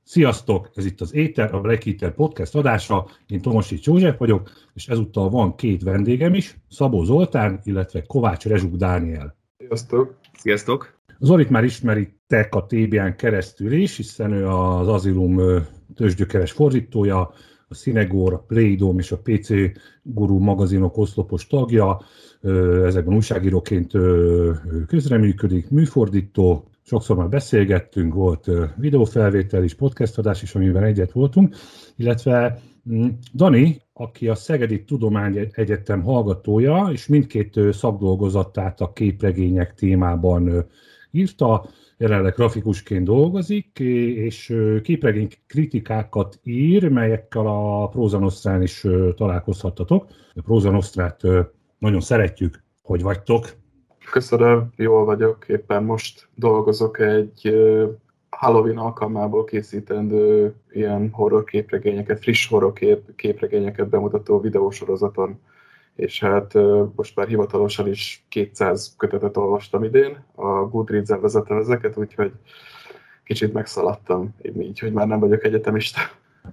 Sziasztok! Ez itt az Éter, a Black Eater podcast adása. Én Tomasics József vagyok, és ezúttal van két vendégem is, Szabó Zoltán, illetve Kovács Rezsuk Dániel. Sziasztok! Sziasztok! Zolit már ismeritek a TBN keresztül is, hiszen ő az Asylum tőzsgyökeres fordítója, a Cinegor, a Playdom és a PC Guru magazinok oszlopos tagja, ezekben újságíróként közreműködik, műfordító, sokszor már beszélgettünk, volt videófelvétel is, podcastadás is, amiben egyet voltunk, illetve Dani, aki a Szegedi Tudományegyetem hallgatója, és mindkét szakdolgozatát a képregények témában írta, jelenleg grafikusként dolgozik, és képregény kritikákat ír, melyekkel a Prosa Nostrán is találkozhattatok. A Prosa Nostrát nagyon szeretjük, hogy vagytok. Köszönöm, jól vagyok. Éppen most dolgozok egy Halloween alkalmából készítendő ilyen horror képregényeket, friss horror képregényeket bemutató videósorozaton. És hát most már hivatalosan is 200 kötetet olvastam idén, a Goodreads-en vezetem ezeket, úgyhogy kicsit megszaladtam, így, hogy már nem vagyok egyetemista.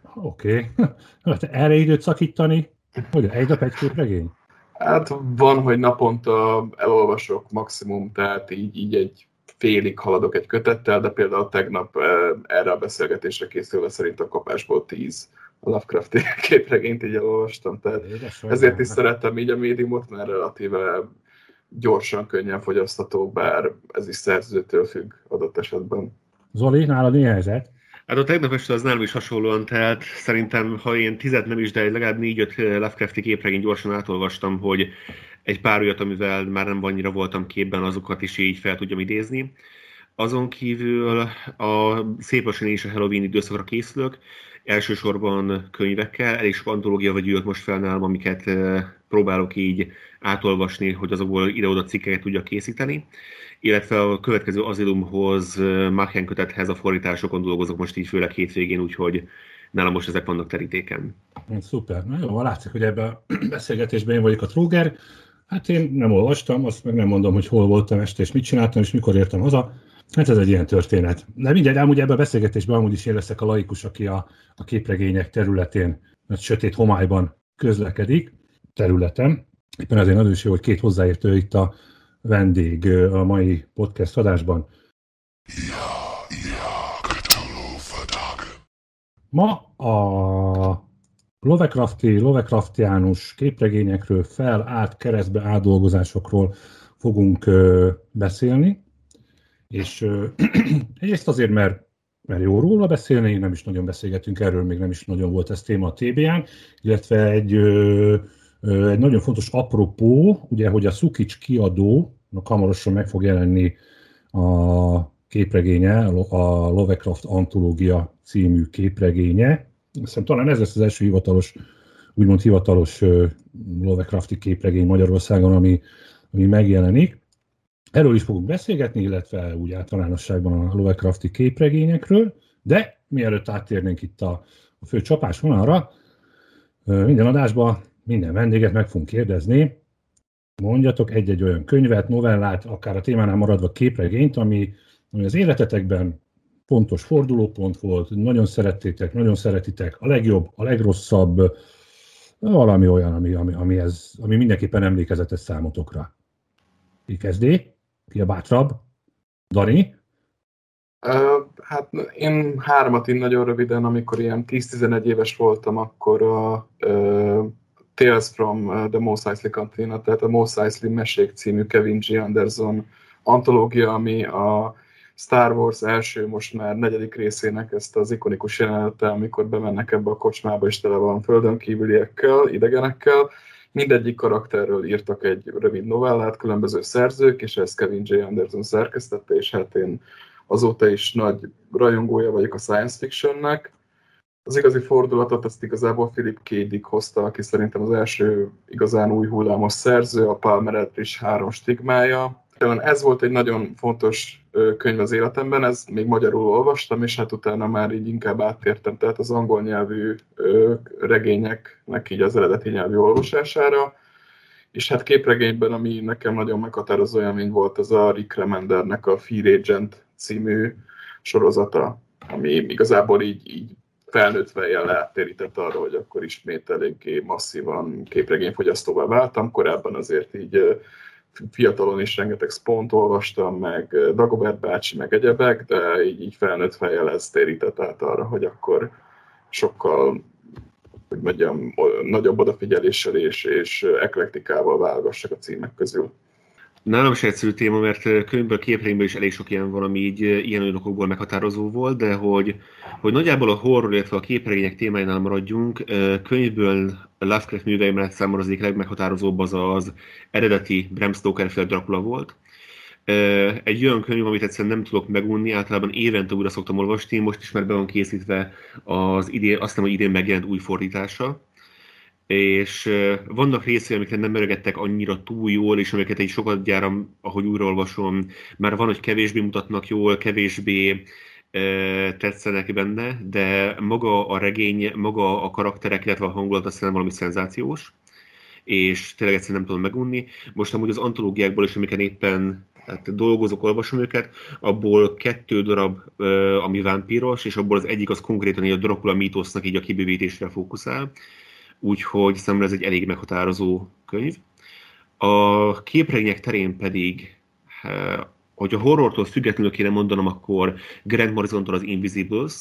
Oké. Hát erre időt szakítani? Hogy egy nap egy képregény? Hát van, hogy naponta elolvasok maximum, tehát így egy félig haladok egy kötettel, de például tegnap erre a beszélgetésre készülve szerintem kapásból 10 a Lovecrafti képregényt így elolvastam, tehát ezért is szeretem így a médiumot, mert relatíve gyorsan, könnyen fogyasztható, bár ez is szerzőtől függ adott esetben. Zoli, nálad mi helyzet? Hát a tegnap este az nálam is hasonlóan, tehát szerintem, ha én 10 nem is, de legalább 4-5 Lovecrafti képregényt gyorsan átolvastam, hogy egy pár olyat, amivel már nem annyira voltam képben, azokat is így fel tudjam idézni. Azon kívül a szép lassan is a Halloween időszakra készülök, elsősorban könyvekkel, elég sok antológia vagy gyűjött most fel nálam, amiket próbálok így átolvasni, hogy azokból ide-oda cikkeket tudjak készíteni, illetve a következő Asylumhoz, Machen kötethez a fordításokon dolgozok most így főleg hétvégén, úgyhogy nálam most ezek vannak terítéken. Szuper, na jó, látszik, hogy ebben a beszélgetésben én vagyok a tróger. Hát én nem olvastam, azt meg nem mondom, hogy hol voltam este, és mit csináltam, és mikor értem haza. Hát ez egy ilyen történet. De mindegy, amúgy ebben a beszélgetésben amúgy is én leszek a laikus, aki a képregények területén, mert sötét homályban közlekedik területen. Éppen azért nagyon jó, hogy két hozzáértő itt a vendég a mai podcast adásban. Ma a Lovecraftiánus képregényekről felállt keresztbe átdolgozásokról fogunk beszélni. És egyrészt azért, mert jó róla beszélni, nem is nagyon beszélgetünk erről, még nem is nagyon volt ez téma a TBN, illetve egy nagyon fontos apropó, ugye, hogy a Szukics kiadónak hamarosan meg fog jelenni a képregénye, a Lovecraft Antológia című képregénye. Hiszem, talán ez lesz az első úgymond hivatalos Lovecrafti képregény Magyarországon, ami megjelenik. Erről is fogunk beszélgetni, illetve úgy általánosságban a Lovecrafti képregényekről, de mielőtt áttérnénk itt a fő csapásvonalra, minden adásban minden vendéget meg fogunk kérdezni, mondjatok egy-egy olyan könyvet, novellát, akár a témánál maradva képregényt, ami az életetekben fontos fordulópont volt, nagyon szerettétek, nagyon szeretitek, a legjobb, a legrosszabb, valami olyan, ami mindenképpen emlékezetes számotokra. Ki kezdé? Ki a bátrabb? Dani? Hát én hármat így nagyon röviden, amikor ilyen 10-11 éves voltam, akkor a Tales from the Mos Eisley Cantina, tehát a Mos Eisley Mesék című Kevin G. Anderson antológia, ami a Star Wars első, most már 4. részének ezt az ikonikus jelenetet, amikor bemennek ebbe a kocsmába, és tele van földön kívüliekkel, idegenekkel. Mindegyik karakterről írtak egy rövid novellát, különböző szerzők, és ezt Kevin J. Anderson szerkesztette, és hát én azóta is nagy rajongója vagyok a science fictionnek. Az igazi fordulatot ezt igazából Philip K. Dick hozta, aki szerintem az első igazán új hullámos szerző, a Palmer Eldritch 3 stigmája. Ez volt egy nagyon fontos könyv az életemben, ezt még magyarul olvastam, és hát utána már így inkább áttértem, tehát az angol nyelvű regényeknek így az eredeti nyelvű olvasására. És hát képregényben, ami nekem nagyon meghatározó élmény volt, az a Rick Remendernek a Fear Agent című sorozata. ami igazából így felnőtt fejjel leáttérített arra, hogy akkor ismét eléggé masszívan képregényfogyasztóvá váltam. Korábban azért így fiatalon is rengeteg Spawn-t olvastam, meg Dagobert bácsi, meg egyebek, de így felnőtt fejjel ez térített át arra, hogy akkor sokkal, hogy mondjam, nagyobb odafigyeléssel és eklektikával válogassak a címek közül. Nálam is egyszerű téma, mert könyvből, képregényből is elég sok ilyen van, ami így ilyen okokból meghatározó volt, de hogy nagyjából a horror, illetve a képregények témáinál maradjunk, könyvből Lovecraft műveimmel számomra az egyik legmeghatározóbb az eredeti Bram Stoker-féle Dracula volt. Egy olyan könyv, amit egyszerűen nem tudok megunni, általában évente újra szoktam olvasni, most is már be van készítve az idén, azt hiszem, hogy idén megjelent új fordítása. És vannak részei, amiket nem meregettek annyira túl jól, és amiket egy sokat gyáram, ahogy újraolvasom, már van, hogy kevésbé mutatnak jól, kevésbé tetszenek benne, de maga a regény, maga a karakterek, illetve a hangulat azt hiszem valami szenzációs, és tényleg egyszerűen nem tudom megunni. Most amúgy az antológiákból is, amiket éppen dolgozok, olvasom őket, abból 2 darab, ami vámpíros, és abból az egyik az konkrétan a Dracula mítosznak így a kibővítésre fókuszál. Úgyhogy számomra ez egy elég meghatározó könyv. A képregények terén pedig, hogy a horrortól függetlenül kéne mondanom, akkor Grant Morrisontól az Invisibles.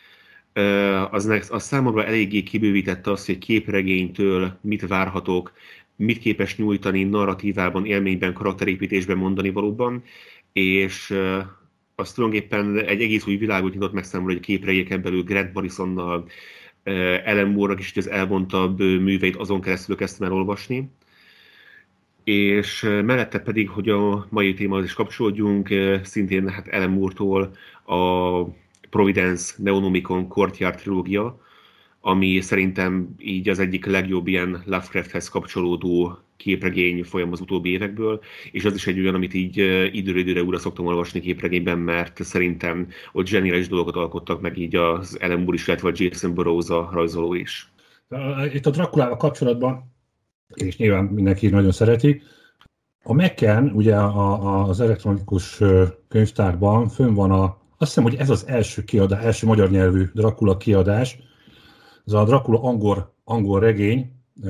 Az számomra eléggé kibővítette azt, hogy képregénytől mit várhatok, mit képes nyújtani narratívában, élményben, karakterépítésben, mondani valóban, és az tulajdonképpen egy egész új világot nyitott meg számomra, hogy a képregényeken belül Grant Morrisonnal, Alan Moore-nak is az elvontabb műveit azon keresztül kezdtem el olvasni. És mellette pedig, hogy a mai témához is kapcsolódjunk, szintén hát Alan Moore-tól a Providence Neonomicon Courtyard trilógia, ami szerintem így az egyik legjobb ilyen Lovecrafthez kapcsolódó képregény folyam az utóbbi évekből, és az is egy olyan, amit így időre újra szoktam olvasni képregényben, mert szerintem ott zseniális dolgokat alkottak meg így az Alan Moore is, illetve a Jason Burroughs a rajzoló is. Itt a Draculával kapcsolatban, és nyilván mindenki nagyon szereti, a Mac-en, ugye az elektronikus könyvtárban fönn van azt hiszem, hogy ez az első magyar nyelvű Dracula kiadás, ez a Dracula angol regény,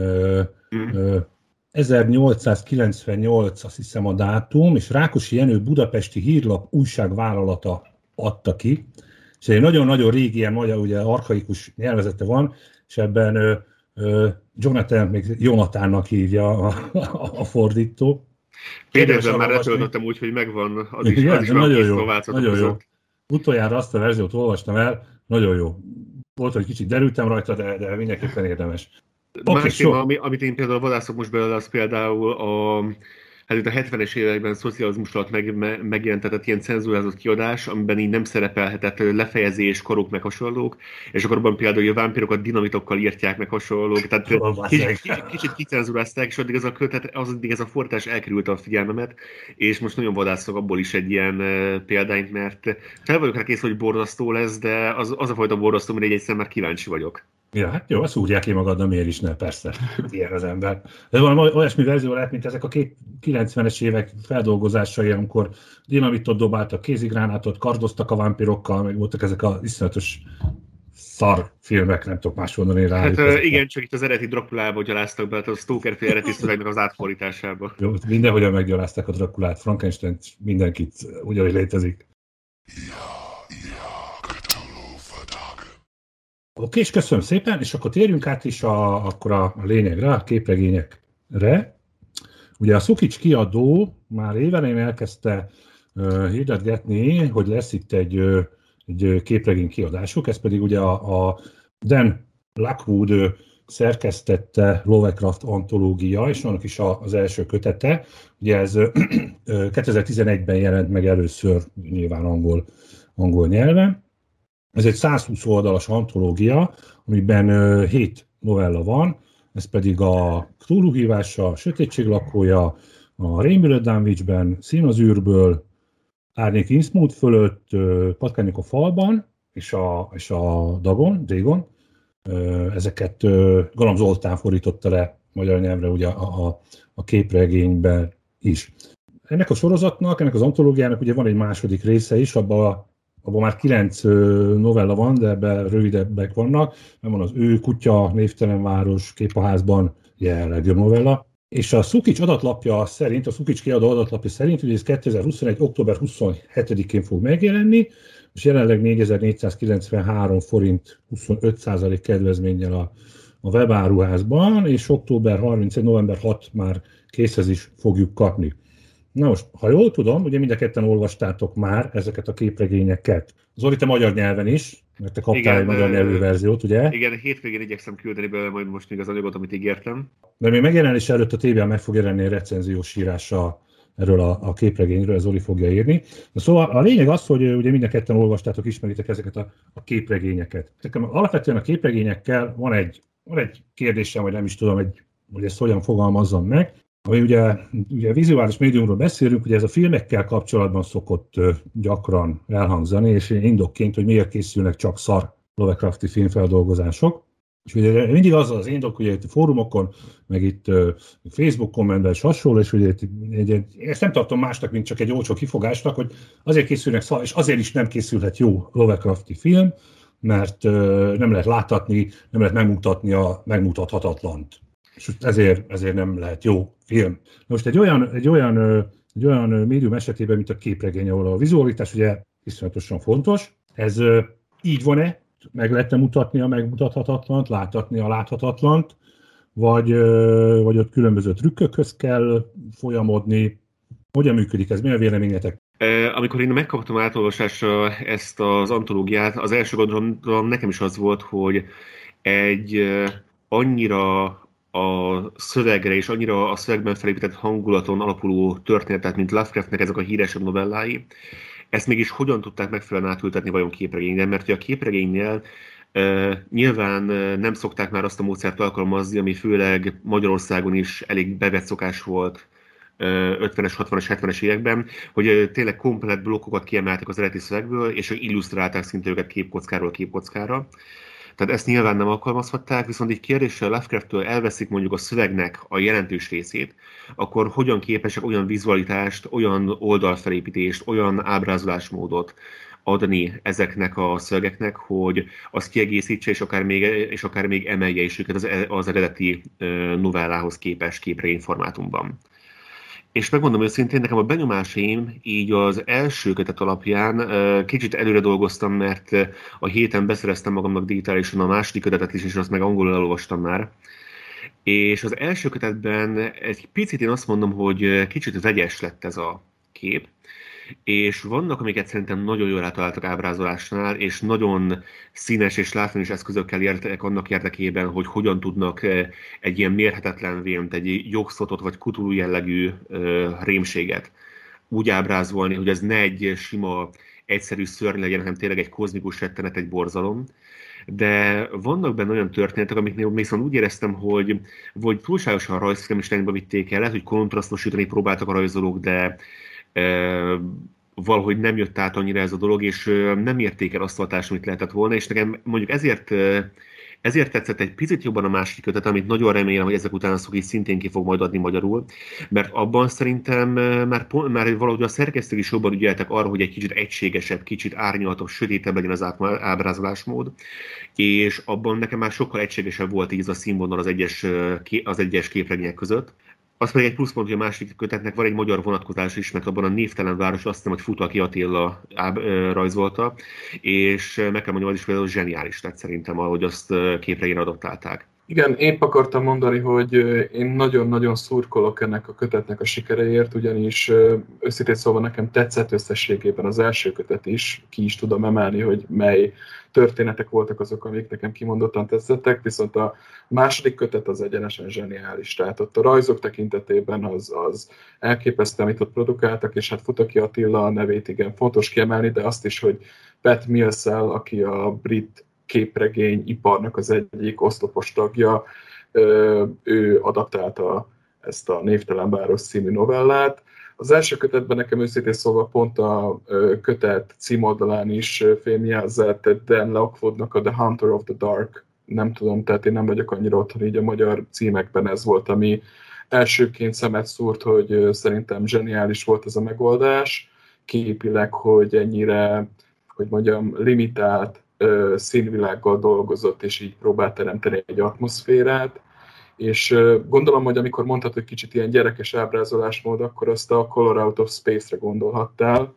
1898 azt hiszem a dátum, és Rákosi Jenő budapesti hírlap újságvállalata adta ki, és egy nagyon-nagyon régi ilyen magyar, ugye archaikus nyelvezete van, és ebben Jonathan, még Jonathannak hívja a fordító. Például már letöltöttem úgy, hogy megvan, az is nagyon jó. Utoljára azt a verziót olvastam el, nagyon jó. Volt, hogy kicsit derültem rajta, de mindenképpen érdemes. Más téma, amit én például vadászok most belőle, az például a 70-es években szocializmus alatt megjelentetett ilyen cenzúrázott kiadás, amiben így nem szerepelhetett lefejezés, karok meg hasonlók, és akkor abban például a vámpirokat dinamitokkal írtják meg hasonlók, tehát kicsit kicenzúrázták, és addig ez a fordítás elkerült a figyelmemet, és most nagyon vadászok abból is egy ilyen példányt, mert fel vagyok rá kész, hogy borzasztó lesz, de az a fajta borzasztó, mire egyszer már kíváncsi vagyok. Ja, hát jó, azt úrják ki magad, de miért is ne, persze, ilyen az ember. De valami olyasmi verzió lehet, mint ezek a 90-es évek feldolgozásai, amikor dinamitot dobáltak, kézigránátot, kardoztak a vámpirokkal, meg voltak ezek az iszonyatos szar filmek, nem tudok más mondani rá. Hát igen, csak itt az eredeti Draculába gyaláztak be, a Stoker-féle eredeti szövegnek az átfordításába. Jó, mindenhogyan meggyalázták a Draculát, Frankenstein, mindenkit ugyanúgy létezik. Oké, és köszönöm szépen, és akkor térjünk át is akkor a lényegre, a képregényekre. Ugye a Szukics kiadó már évelején elkezdte hirdetgetni, hogy lesz itt egy képregény kiadásuk, ez pedig ugye a Dan Lockwood szerkesztette Lovecraft antológia, és annak is az első kötete. Ugye ez 2011-ben jelent meg először nyilván angol nyelven. Ez egy 120 oldalas antológia, amiben 7 novella van, ez pedig a Cthulhu hívása, a Sötétség lakója, a Rémülő Dunwich-ben, Szín az űrből, Árnyék Innsmouth fölött, Patkányok a falban, és a Dagon. Ezeket Galamb Zoltán fordította le magyar nyelvre ugye a képregényben is. Ennek a sorozatnak, ennek az antológiának ugye van egy második része is, abban abban már 9 novella van, de ebben rövidebbek vannak. Nem van az Ő, Kutya, Névtelen város, Kép a házban, ilyen legjobb novella. És a Szukics adatlapja szerint, a Szukics kiadó adatlapja szerint, hogy ez 2021. október 27-én fog megjelenni, és jelenleg 4493 forint 25% kedvezménnyel a webáruházban, és október 31. november 6 már készhez is fogjuk kapni. Na most, ha jól tudom, ugye mind a ketten olvastátok már ezeket a képregényeket. Zoli, te magyar nyelven is, mert te kaptál egy magyar nyelvű verziót, ugye? Igen, hétvégén igyekszem küldeni belőle majd most még az anyagot, amit ígértem. De még megjelenés előtt a tévén meg fog jelenni egy recenziós írása erről a képregényről, Zoli fogja írni. De szóval a lényeg az, hogy ugye mind a ketten olvastátok, ismeritek ezeket a képregényeket. Alapvetően a képregényekkel van egy kérdésem, vagy nem is tudom, hogy ezt hogyan fogalmazzam meg. Ami ugye vizuális médiumról beszélünk, ugye ez a filmekkel kapcsolatban szokott gyakran elhangzani, és indokként, hogy miért készülnek csak szar Lovecrafti filmfeldolgozások. És ugye mindig az az indok, ugye itt a fórumokon, meg itt Facebook kommentben és hasonló, és ugye ezt nem tartom másnak, mint csak egy olcsó kifogásnak, hogy azért készülnek szar, és azért is nem készülhet jó Lovecrafti film, mert nem lehet láthatni, nem lehet megmutatni a megmutathatatlant. És ezért nem lehet jó film. Most egy olyan médium esetében, mint a képregény, ahol a vizualitás ugye iszonyatosan fontos. Ez így van-e? Meg lehet mutatni a megmutathatatlant, láthatni a láthatatlant, vagy ott különböző trükkökhöz kell folyamodni? Hogyan működik ez? Mi a véleményetek? Amikor én megkaptam átolvasásra ezt az antológiát, az első gondolatom nekem is az volt, hogy egy annyira a szövegre és annyira a szövegben felépített hangulaton alapuló történetet, mint Lovecraftnek ezek a híresebb novellái, ezt mégis hogyan tudták megfelelően átültetni vajon képregényre? Mert a képregénynél nyilván nem szokták már azt a módszert alkalmazni, ami főleg Magyarországon is elég bevett szokás volt 50-es, 60-as, 70-es években, hogy tényleg komplett blokkokat kiemeltek az eredeti szövegből, és illusztrálták szinte őket képkockáról képkockára. Tehát ezt nyilván nem alkalmazhatták, viszont egy kérdéssel Lovecrafttől elveszik mondjuk a szövegnek a jelentős részét, akkor hogyan képesek olyan vizualitást, olyan oldalfelépítést, olyan ábrázolásmódot adni ezeknek a szövegeknek, hogy azt kiegészítse, és akár még emelje is őket az eredeti novellához képes képregény formátumban. És megmondom őszintén, nekem a benyomásaim így az első kötet alapján kicsit előre dolgoztam, mert a héten beszereztem magamnak digitálisan a második kötetet is, és azt meg angolul elolvastam már. És az első kötetben egy picit én azt mondom, hogy kicsit vegyes lett ez a kép, és vannak, amiket szerintem nagyon jól eltaláltak ábrázolásnál, és nagyon színes és látványos eszközökkel értek annak érdekében, hogy hogyan tudnak egy ilyen mérhetetlen vént, egy jogszotot vagy Cthulhu jellegű rémséget úgy ábrázolni, hogy ez ne egy sima, egyszerű szörny legyen, hanem tényleg egy kozmikus rettenet, egy borzalom. De vannak benne olyan történetek, amiknél viszont úgy éreztem, hogy vagy túlságosan rajzfilmes irányba vitték el, hogy kontrasztosítani próbáltak a rajzolók, de valahogy nem jött át annyira ez a dolog, és nem érték el azt a hatást, amit lehetett volna, és nekem mondjuk ezért tetszett egy picit jobban a másik kötet, amit nagyon remélem, hogy ezek után a Szukics szintén ki fog majd adni magyarul, mert abban szerintem már valahogy a szerkesztők is jobban ügyeltek arra, hogy egy kicsit egységesebb, kicsit árnyaltabb, sötétebb legyen az ábrázolásmód, és abban nekem már sokkal egységesebb volt így a színvonal az egyes képregények között. Az pedig egy pluszpont, hogy a másik kötetnek van egy magyar vonatkozás is, mert abban a Névtelen város azt hiszem, hogy Futaki Attila rajzolta, és meg kell mondjam, az is például zseniális lett szerintem, ahogy azt képregényre adaptálták. Igen, épp akartam mondani, hogy én nagyon-nagyon szurkolok ennek a kötetnek a sikereért, ugyanis őszintén szóval nekem tetszett összességében az első kötet is, ki is tudom emelni, hogy mely történetek voltak azok, amik nekem kimondottan tetszettek, viszont a második kötet az egyenesen zseniális. Tehát ott a rajzok tekintetében az elképesztő, amit ott produkáltak, és hát Futaki Attila nevét igen fontos kiemelni, de azt is, hogy Pat Mills-el, aki a brit képregény iparnak az egyik oszlopos tagja, ő adaptálta ezt a Névtelen város című novellát. Az első kötetben nekem őszintén szóval pont a kötet címoldalán is fémjelzett Dan Lockwoodnak a The Hunter of the Dark, nem tudom, tehát én nem vagyok annyira otthon, így a magyar címekben ez volt, ami elsőként szemet szúrt, hogy szerintem zseniális volt ez a megoldás, képileg, hogy ennyire hogy mondjam, limitált színvilággal dolgozott, és így próbált teremteni egy atmoszférát, és gondolom, hogy amikor mondtad, hogy kicsit ilyen gyerekes ábrázolásmód, akkor azt a Color Out of Space-re gondolhattál.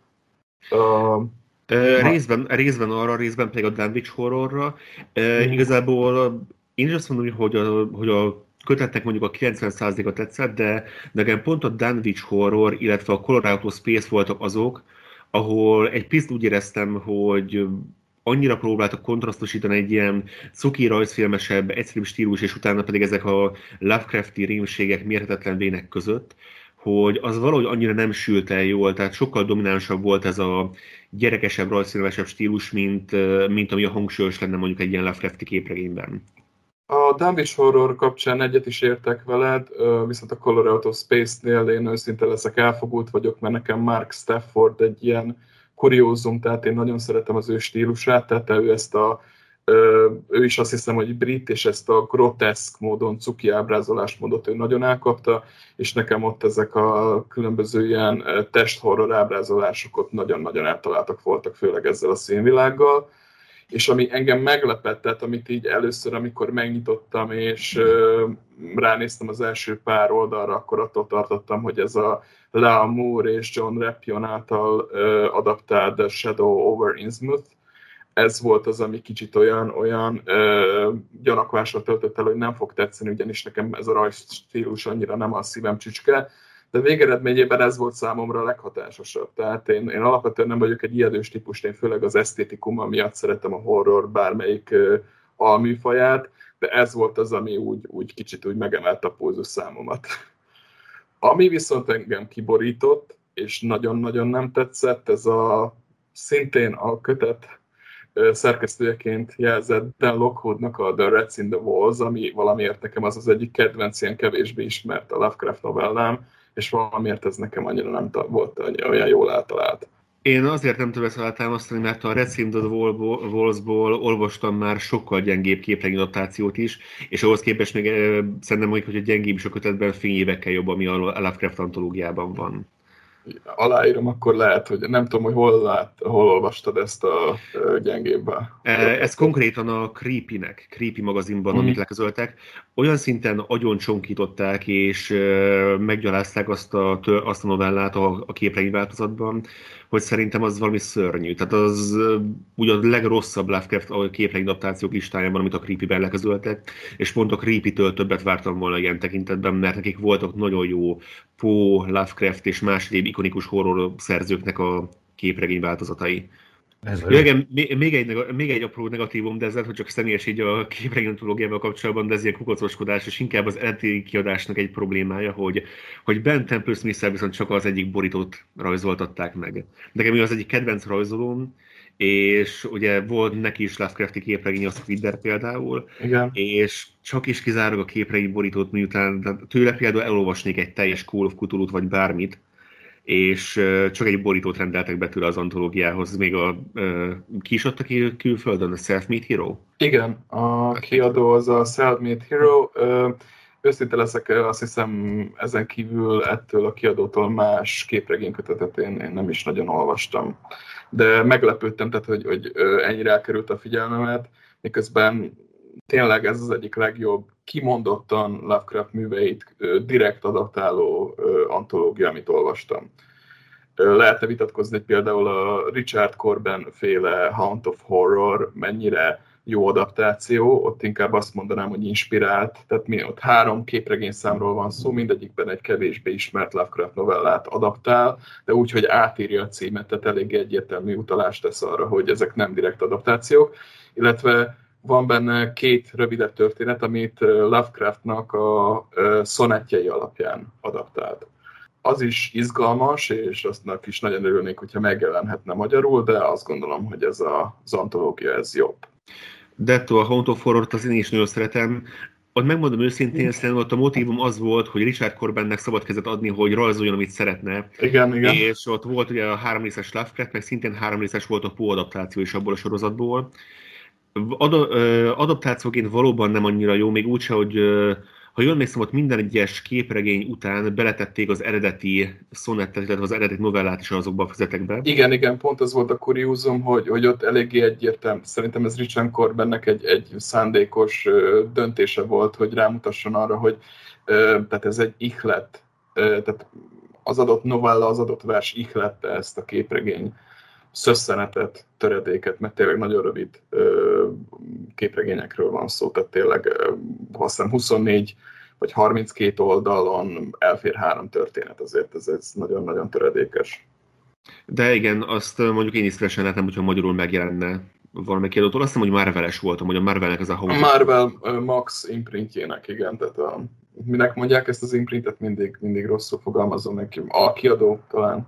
Részben arra, részben pedig a Dunwich Horrorra. Igazából én is azt mondom, hogy a kötetnek mondjuk a 90%-a tetszett, de nekem pont a Dunwich Horror, illetve a Color Out of Space voltak azok, ahol egy picit úgy éreztem, hogy annyira próbáltak kontrasztosítani egy ilyen cuki rajzfilmesebb, egyszerűbb stílus, és utána pedig ezek a Lovecrafti rémségek mérhetetlen vének között, hogy az valahogy annyira nem sült el jól, tehát sokkal dominánsabb volt ez a gyerekesebb, rajzfilmesebb stílus, mint ami a hangsúlyos lenne mondjuk egy ilyen Lovecrafti képregényben. A Dunwich Horror kapcsán egyet is értek veled, viszont a Color Out of Space-nél én őszinte leszek, elfogult vagyok, mert nekem Mark Stafford egy ilyen kuriózum, tehát én nagyon szeretem az ő stílusát, tehát ő is azt hiszem, hogy brit, és ezt a groteszk módon, cuki ábrázolásmódot ő nagyon elkapta, és nekem ott ezek a különböző ilyen testhorror ábrázolások ott nagyon-nagyon eltaláltak voltak, főleg ezzel a színvilággal. És ami engem meglepett, tehát amit így először, amikor megnyitottam, és ránéztem az első pár oldalra, akkor attól tartottam, hogy ez a Lea Moore és John Rappion által adaptált The Shadow over Innsmouth, ez volt az, ami kicsit olyan gyanakvásra töltött el, hogy nem fog tetszeni, ugyanis nekem ez a rajzstílus annyira nem a szívem csücske, de végeredményében ez volt számomra a leghatásosabb. Tehát én alapvetően nem vagyok egy ijedős típus, én főleg az esztétikuma miatt szeretem a horror bármelyik alműfaját, de ez volt az, ami úgy kicsit úgy megemelte a pulzus számomat. Ami viszont engem kiborított, és nagyon-nagyon nem tetszett, ez szintén a kötet szerkesztőjeként jelzett Dan Lockwoodnak a The Rats in the Walls, ami valamiért nekem az egyik kedvenc ilyen kevésbé ismert a Lovecraft novellám, és valamiért ez nekem annyira nem volt olyan jól eltalált. Én azért nem tudom ezt támasztani, mert a Rats in the Walls-ból olvastam már sokkal gyengébb képregényadaptációt is, és ahhoz képest még szerintem mondjuk, hogy a gyengébb is a kötetben fényévekkel jobb, ami a Lovecraft antológiában van. Aláírom, akkor lehet, hogy nem tudom, hogy hol olvastad ezt a gyengébben. Ez konkrétan a Creepy magazinban, amit leközöltek. Olyan szinten agyoncsonkították és meggyalázták azt a novellát a képregény változatban, hogy szerintem az valami szörnyű. Tehát az ugye a legrosszabb Lovecraft a képregény adaptációk listájában, amit a Creepyben leközöltek, és pont a Creepytől többet vártam volna ilyen tekintetben, mert nekik voltak nagyon jó Poe, Lovecraft és más egyéb ikonikus horror szerzőknek a képregény változatai. Még egy apró negatívum, de ez lehet, hogy csak személyes így a képregény antológiával kapcsolatban, de ez ilyen kukacoskodás, és inkább az eredeti kiadásnak egy problémája, hogy Ben Temple Smith-szel viszont csak az egyik borítót rajzoltatták meg. Nekem az egyik kedvenc rajzolóm, és ugye volt neki is Lovecrafti képregény, a Squidder például, igen. És csak is kizárólag a képregény borítót, miután tőle például elolvasnék egy teljes Call of Cthulhu-t vagy bármit, és csak egy borítót rendeltek be tőle az antológiához. Még ki is adta ki külföldön, a Self-Made Hero? Igen, a kiadó az a Self-Made Hero. Őszinte leszek, azt hiszem ezen kívül ettől a kiadótól más képregénykötetet én nem is nagyon olvastam. De meglepődtem, tehát, hogy ennyire elkerült a figyelmemet, miközben tényleg ez az egyik legjobb, kimondottan Lovecraft műveit direkt adaptáló antológia, amit olvastam. Lehetne vitatkozni, hogy például a Richard Corben féle Haunt of Horror mennyire jó adaptáció, ott inkább azt mondanám, hogy inspirált, tehát ott 3 képregényszámról van szó, mindegyikben egy kevésbé ismert Lovecraft novellát adaptál, de úgy, hogy átírja a címet, tehát elég egyértelmű utalást tesz arra, hogy ezek nem direkt adaptációk, illetve van benne 2 rövidebb történet, amit Lovecraftnak a szonettjei alapján adaptált. Az is izgalmas, és aztnak is nagyon örülnék, hogyha megjelenhetne magyarul, de azt gondolom, hogy ez az antológia, ez jobb. Dettó, a Haunt of Horror-t az én is nagyon szeretem. Ott megmondom őszintén, szerintem ott a motívum az volt, hogy Richard Corbennek szabad kezet adni, hogy rajzoljon, amit szeretne. Igen. És ott volt ugye a 3 részes Lovecraft, meg szintén 3 részes volt a Poe adaptáció is abból a sorozatból. Adaptációként valóban nem annyira jó, még úgyse, hogy Ha jól emlékszem, ott minden egyes képregény után beletették az eredeti szonettet, illetve az eredeti novellát is azokba a füzetekbe. Igen, pont az volt a kuriózum, hogy ott eléggé egyértelmű. Szerintem ez Richard Corbennek egy szándékos döntése volt, hogy rámutasson arra, hogy tehát ez egy ihlet, tehát az adott novella, az adott vers ihlette ezt a képregény szösszenetet, töredéket, mert tényleg nagyon rövid képregényekről van szó, tehát tényleg azt hiszem 24 vagy 32 oldalon elfér 3 történet, azért ez nagyon-nagyon töredékes. De igen, azt mondjuk én is szívesen látnám, hogyha magyarul megjelenne valamelyik kiadótól. Azt hiszem, hogy Marvel-es voltam, hogy a Marvelnek ez a A Marvel Max imprintjének, igen, tehát minek mondják ezt az imprintet, mindig rosszul fogalmazom neki. A kiadó talán.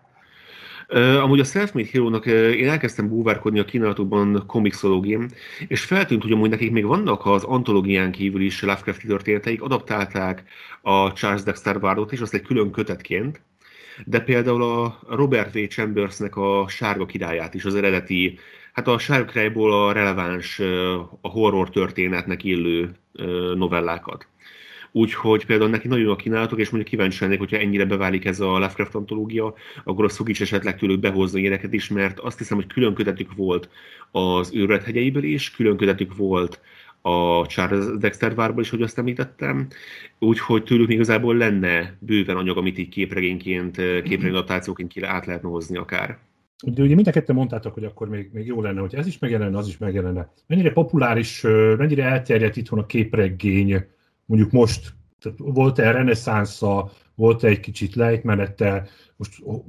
Amúgy a Selfmade Hero-nak én elkezdtem búvárkodni a kínálatokban komixológián, és feltűnt, hogy amúgy nekik még vannak az antológián kívül is Lovecrafti történeteik, adaptálták a Charles Dexter Wardot is, azt egy külön kötetként, de például a Robert W. Chambersnek a Sárga királyát is, az eredeti, hát a Sárga királyból a releváns, a horror történetnek illő novellákat. Úgyhogy például neki nagyon a kínálatok, és mondjuk kíváncsi lennék, hogyha ennyire beválik ez a Lovecraft antológia, akkor a Szukics esetleg tőlük behozza ilyeneket is, mert azt hiszem, hogy külön kötetük volt az Őrület hegyeiből is, külön kötetük volt a Charles Dexter Wardból is, hogy azt említettem, úgyhogy tőlük igazából lenne bőven anyag, amit így képregényként, képregényadaptációként át lehetne hozni akár. De ugye mind a ketten mondtátok, hogy akkor még jó lenne, hogy ez is megjelenne, az is megjelenne. Mennyire populáris, mennyire elterjedt itthon a képregény, mondjuk most, volt-e reneszánsza, volt-e egy kicsit lejtmenete, most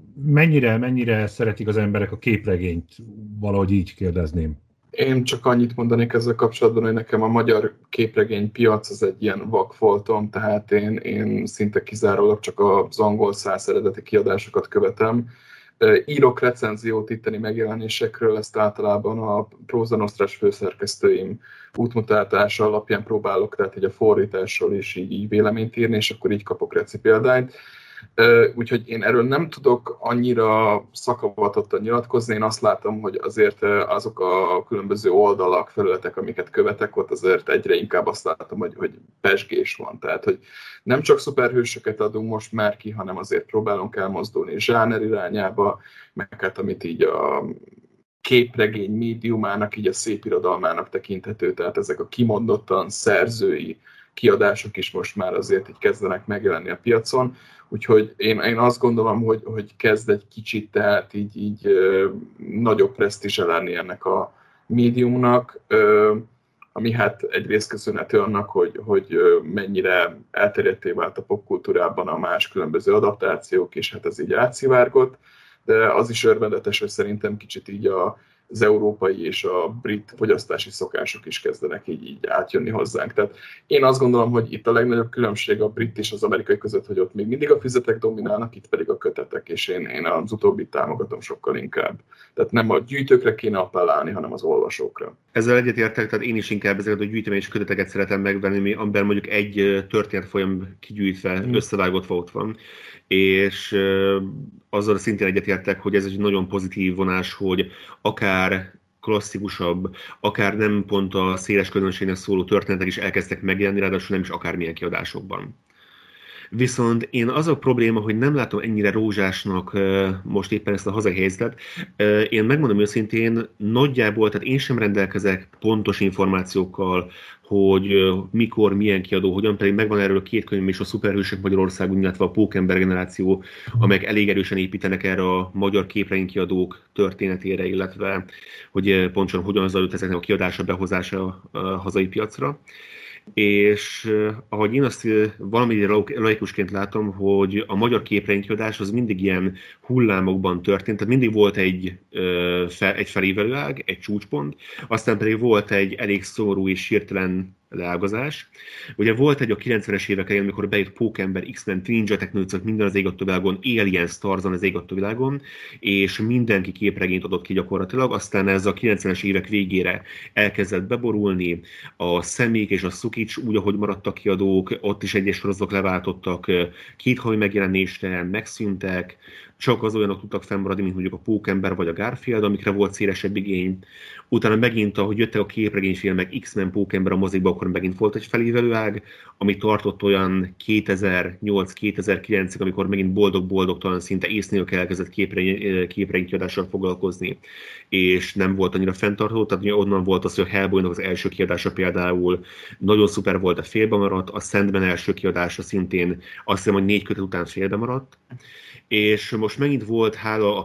mennyire szeretik az emberek a képregényt, valahogy így kérdezném. Én csak annyit mondanék ezzel kapcsolatban, hogy nekem a magyar képregény piac az egy ilyen vakfoltom, tehát én szinte kizárólag csak az angol száz eredeti kiadásokat követem. Írok recenziót itteni megjelenésekről, ezt általában a Próza Nostrás főszerkesztőim útmutatása alapján próbálok, tehát így a fordításról is így véleményt írni, és akkor így kapok reci példányt. Úgyhogy én erről nem tudok annyira szakavatottan nyilatkozni, én azt látom, hogy azért azok a különböző oldalak, felületek, amiket követek, ott azért egyre inkább azt látom, hogy pezsgés van. Tehát, hogy nem csak szuperhősöket adunk most már ki, hanem azért próbálunk elmozdulni zsáner irányába, meg hát amit így a képregény médiumának, így a szépirodalmának tekinthető, tehát ezek a kimondottan szerzői kiadások is most már azért így kezdenek megjelenni a piacon. Úgyhogy én azt gondolom, hogy kezd egy kicsit tehát így nagyobb presztízse lenni ennek a médiumnak, ami hát egyrészt köszönhető annak, hogy mennyire elterjedté vált a popkultúrában a más különböző adaptációk, és hát ez így átszivárgott, de az is örvendetes, hogy szerintem kicsit így az európai és a brit fogyasztási szokások is kezdenek így átjönni hozzánk. Tehát én azt gondolom, hogy itt a legnagyobb különbség a brit és az amerikai között, hogy ott még mindig a füzetek dominálnak, itt pedig a kötetek, és én az utóbbit támogatom sokkal inkább. Tehát nem a gyűjtőkre kéne appellálni, hanem az olvasókra. Ezzel egyetértek, tehát én is inkább ezeket a gyűjtemény és köteteket szeretem megvenni, amiben mondjuk egy történetfolyam kigyűjtve, összevágott ott van. És azzal szintén egyetértek, hogy ez egy nagyon pozitív vonás, hogy akár klasszikusabb, akár nem pont a széles közönségnek szóló történetek is elkezdtek megjelenni, ráadásul nem is akármilyen kiadásokban. Viszont én az a probléma, hogy nem látom ennyire rózsásnak most éppen ezt a hazai helyzetet. Én megmondom őszintén, nagyjából, tehát én sem rendelkezek pontos információkkal, hogy mikor, milyen kiadó, hogyan, pedig megvan erről a 2 könyv is, a Szuperhősök Magyarországon, illetve a Pókember generáció, amelyek elég erősen építenek erre a magyar képregénykiadók történetére, illetve hogy pontosan hogyan zajlott ezeknek a kiadása, behozása a hazai piacra. És ahogy én azt valamelyik laikusként látom, hogy a magyar képregénykiadás az mindig ilyen hullámokban történt, tehát mindig volt egy felévelő ág, egy csúcspont, aztán pedig volt egy elég szomorú és hirtelen leágazás. Ugye volt egy a 90-es évek elején, amikor bejött Pókember, X-Men, Ninja Technőcök, minden az égatovilágon, Aliens, Tarzan az égatovilágon, és mindenki képregényt adott ki gyakorlatilag, aztán ez a 90-es évek végére elkezdett beborulni, a Szemék és a Szukics úgy, ahogy maradtak kiadók, ott is egyes sorozatok leváltottak, 2 havi megjelenésre, megszűntek, csak az olyanok tudtak fennmaradni, mint mondjuk a Pókember vagy a Garfield, amikre volt szélesebb igény. Utána megint, ahogy jöttek a képregényfilmek, X-Men, Pókember a mozikba, akkor megint volt egy felívelő ág, ami tartott olyan 2008-2009-ig, amikor megint boldog-boldogtalan, szinte ész nélkül elkezdett képregénykiadással foglalkozni, és nem volt annyira fenntartó, tehát onnan volt az, hogy a Hellboynak az első kiadása például nagyon szuper volt, a félbe maradt, a Sandman első kiadása szintén azt hiszem, hogy 4 kötet után félbe maradt, és most megint volt hála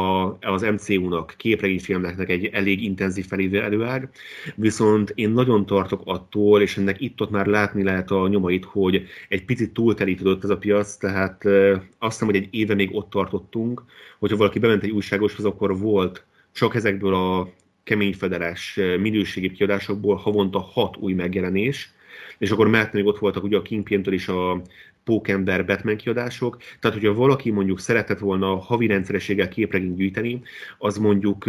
az MCU-nak, képregényfilmeknek egy elég intenzív felívelőág, viszont én nagyon tartok attól, és ennek itt-ott már látni lehet a nyomait, hogy egy picit túltelítődött ez a piac, tehát azt hiszem, hogy egy éve még ott tartottunk, hogyha valaki bement egy újságoshoz, akkor volt csak ezekből a keményfederes minőségi kiadásokból havonta 6 új megjelenés, és akkor mellett még ott voltak ugye a Kingpin-től is a Pókember, Batman kiadások, tehát hogyha valaki mondjuk szeretett volna havi rendszerességgel képregényt gyűjteni, az mondjuk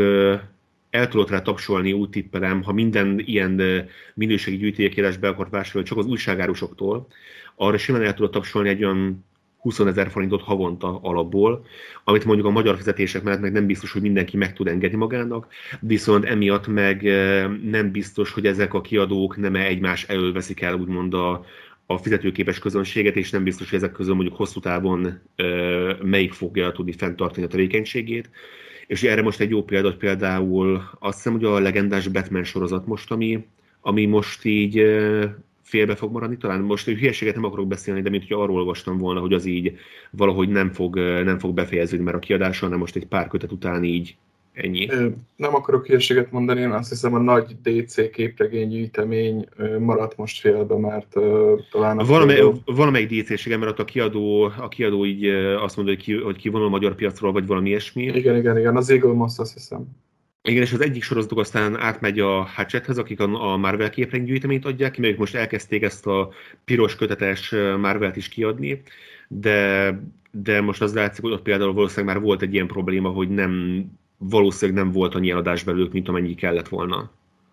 el tudott rá tapsolni, úgy tippelem, ha minden ilyen minőségi gyűjtőkiadást be akart vásárolni csak az újságárusoktól, arra simán el tudott tapsolni egy olyan 20 000 forintot havonta alapból, amit mondjuk a magyar fizetések mellett meg nem biztos, hogy mindenki meg tud engedni magának, viszont emiatt meg nem biztos, hogy ezek a kiadók nem egymás elől veszik el úgymond a fizetőképes közönséget, és nem biztos, hogy ezek közül mondjuk hosszú távon melyik fogja tudni fenntartani a tevékenységét. És erre most egy jó példa, hogy például azt hiszem, hogy a legendás Batman sorozat most, ami most így félbe fog maradni, talán most hülyeséget nem akarok beszélni, de mint hogy arról olvastam volna, hogy az így valahogy nem fog befejeződni, mert a kiadása, hanem most egy pár kötet után így ennyi. Nem akarok hülyeséget mondani, én azt hiszem a nagy DC képregénygyűjtemény maradt most félbe, mert talán... Valamelyik DC-ségen, mert a kiadó így azt mondja, hogy kivonul a magyar piacról, vagy valami ilyesmi. Igen, az Eagle Moss, azt hiszem. Igen, és az egyik sorozatok aztán átmegy a Hatchethez, akik a Marvel képregénygyűjteményt adják ki, mert most elkezdték ezt a piros kötetes Marvelt is kiadni, de most az látszik, hogy ott például valószínűleg már volt egy ilyen probléma, hogy valószínűleg nem volt annyi eladás belőlük, mint amennyi kellett volna.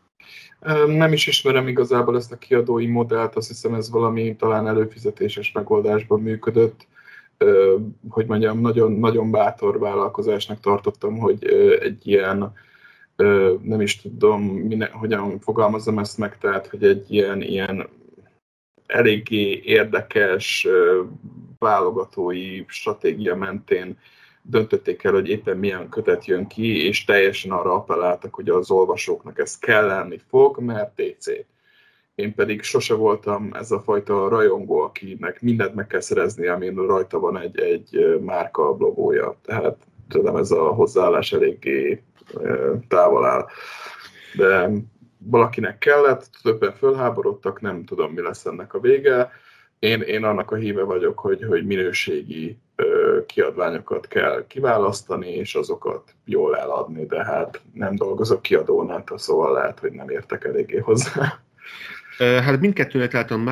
Nem is ismerem igazából ezt a kiadói modellt, azt hiszem ez valami talán előfizetéses megoldásban működött. Hogy mondjam, nagyon, nagyon bátor vállalkozásnak tartottam, hogy egy ilyen, nem is tudom, hogyan fogalmazom ezt meg, tehát, hogy egy ilyen eléggé érdekes válogatói stratégia mentén döntötték el, hogy éppen milyen kötet jön ki, és teljesen arra appelláltak, hogy az olvasóknak ez kelleni fog, mert DC. Én pedig sose voltam ez a fajta rajongó, akinek mindent meg kell szerezni, amin rajta van egy márka logója. Tehát tudom, ez a hozzáállás eléggé távol áll. De valakinek kellett, többen fölháborodtak, nem tudom, mi lesz ennek a vége. Én annak a híve vagyok, hogy minőségi kiadványokat kell kiválasztani, és azokat jól eladni, de hát nem dolgozok kiadónál, szóval lehet, hogy nem értek eléggé hozzá. Hát mindkettőnek, tehát a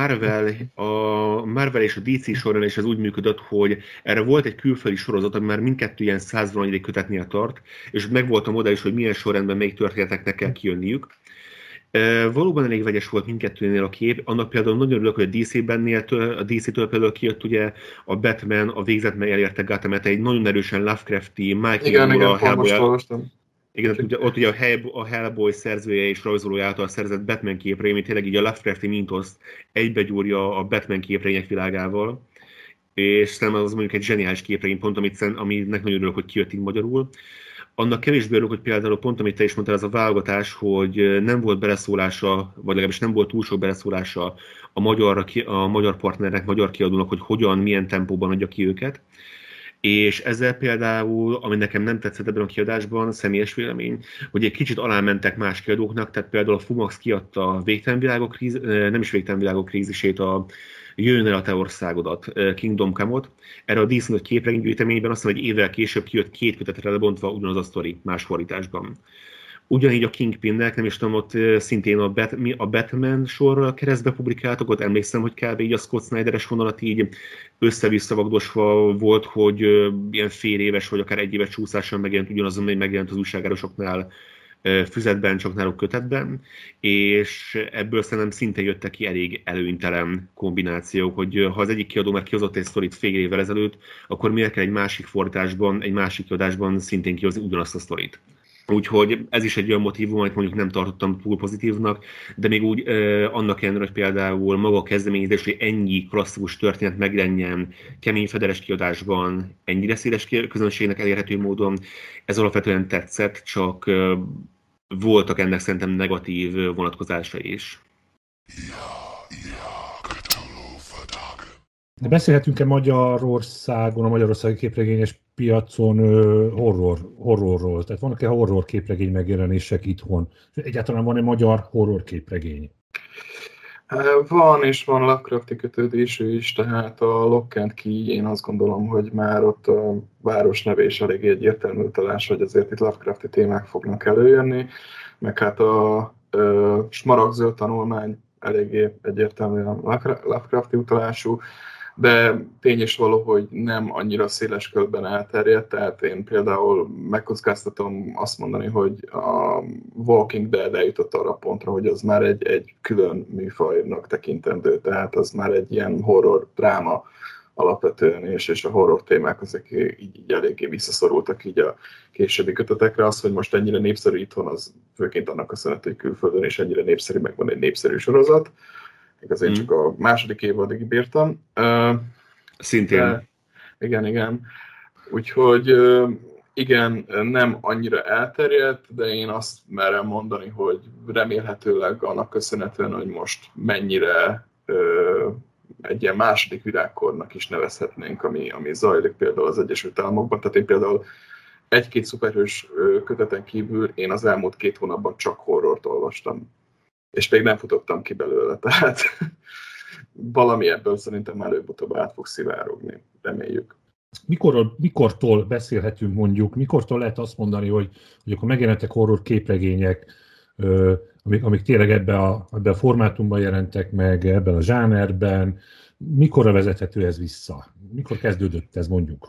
Marvel és a DC során is ez úgy működött, hogy erre volt egy külföldi sorozat, ami már mindkettő ilyen 100-valahogy kötetnél tart, és megvolt a modell is, hogy milyen sorrendben melyik történeteknek kell kijönniük. Valóban elég vegyes volt mindkettőnél a kép, annak például nagyon örülök, hogy a DC-től például kijött ugye a Batman, a végzett meg elérte Gotham-et, egy nagyon erősen Lovecrafti, Michael Moore a Hellboy. Igen, ott ugye a Hellboy szerzője és rajzolója által szerzett Batman képregény, tényleg így a Lovecrafti mintoszt egybegyúrja a Batman képregények világával, és szerintem az mondjuk egy zseniális képregény pont, aminek nagyon örülök, hogy kijött így magyarul. Annak kevésbé örülök, hogy például pont, amit te is mondtál, az a válogatás, hogy nem volt beleszólása, vagy legalábbis nem volt túl sok beleszólása a magyar partnernek, magyar kiadónak, hogy hogyan, milyen tempóban adja ki őket. És ezzel például, ami nekem nem tetszett ebben a kiadásban, személyes vélemény, hogy egy kicsit alámentek más kiadóknak, tehát például a Fumax kiadta a nem is Végtelen világok krízisét, a Jöjjön el a te országodat, Kingdom Come-ot. Erre a DC nagy képregénygyűjteményben azt hiszem, hogy évvel később kijött 2 kötetre lebontva ugyanaz a sztori, más fordításban. Ugyanígy a Kingpinnek, nem is tudom, ott szintén a Batman sorra keresztbe publikáltak, ott emlékszem, hogy kb. Így a Scott Snyder-es vonalat így össze-vissza vagdosva volt, hogy ilyen fél éves vagy akár egy éves csúszással megjelent ugyanazon, hogy megjelent az újságárosoknál füzetben, csak náluk kötetben, és ebből szerintem szinte jöttek ki elég előnytelen kombinációk, hogy ha az egyik kiadó már kihozott egy sztorit fél évvel ezelőtt, akkor miért kell egy másik fordításban, egy másik kiadásban szintén kihozni ugyanazt a sztorit. Úgyhogy ez is egy olyan motívum, amit mondjuk nem tartottam túl pozitívnak, de még úgy annak ellenére, hogy például maga a kezdeményezés, hogy ennyi klasszikus történet megjelenjen kemény federes kiadásban, ennyire széles közönségnek elérhető módon, ez alapvetően tetszett, csak voltak ennek szerintem negatív vonatkozásai is. De beszélhetünk-e Magyarországon, a magyarországi képregényes piacon horrorról? Tehát vannak-e horror képregény megjelenések itthon? Egyáltalán van-e magyar horror képregény? Van, és van Lovecrafti kötődésű is, tehát a Lock and Key, én azt gondolom, hogy már ott a város neve is elég egyértelmű utalás, hogy azért itt Lovecrafti témák fognak előjönni, meg hát a Smaragdzöld tanulmány eléggé egyértelműen Lovecrafti utalású, de tény is való, hogy nem annyira széles körben elterjedt, tehát én például megkockáztatom azt mondani, hogy a Walking Dead eljutott arra a pontra, hogy az már egy külön műfajnak tekintendő, tehát az már egy ilyen horror dráma alapvetően, és a horror témák azok így eléggé visszaszorultak így a későbbi kötetekre. Az, hogy most ennyire népszerű itthon, az főként annak köszönhető, hogy külföldön is ennyire népszerű, meg van egy népszerű sorozat. Igaz, én csak a második évadig bírtam. Szintén. Igen. Úgyhogy igen, nem annyira elterjedt, de én azt merem mondani, hogy remélhetőleg annak köszönhetően, hogy most mennyire egy ilyen második világkornak is nevezhetnénk, ami zajlik például az Egyesült Államokban. Tehát én például egy-két szuperhős köteten kívül én az elmúlt 2 hónapban csak horrort olvastam. És még nem futottam ki belőle, tehát valami ebből szerintem előbb-utóbb át fog szivárogni, reméljük. Mikortól beszélhetünk mondjuk, mikortól lehet azt mondani, hogy akkor megjelentek horror képregények, amik tényleg ebben a formátumban jelentek meg, ebben a zsánerben, mikorra vezethető ez vissza? Mikor kezdődött ez mondjuk?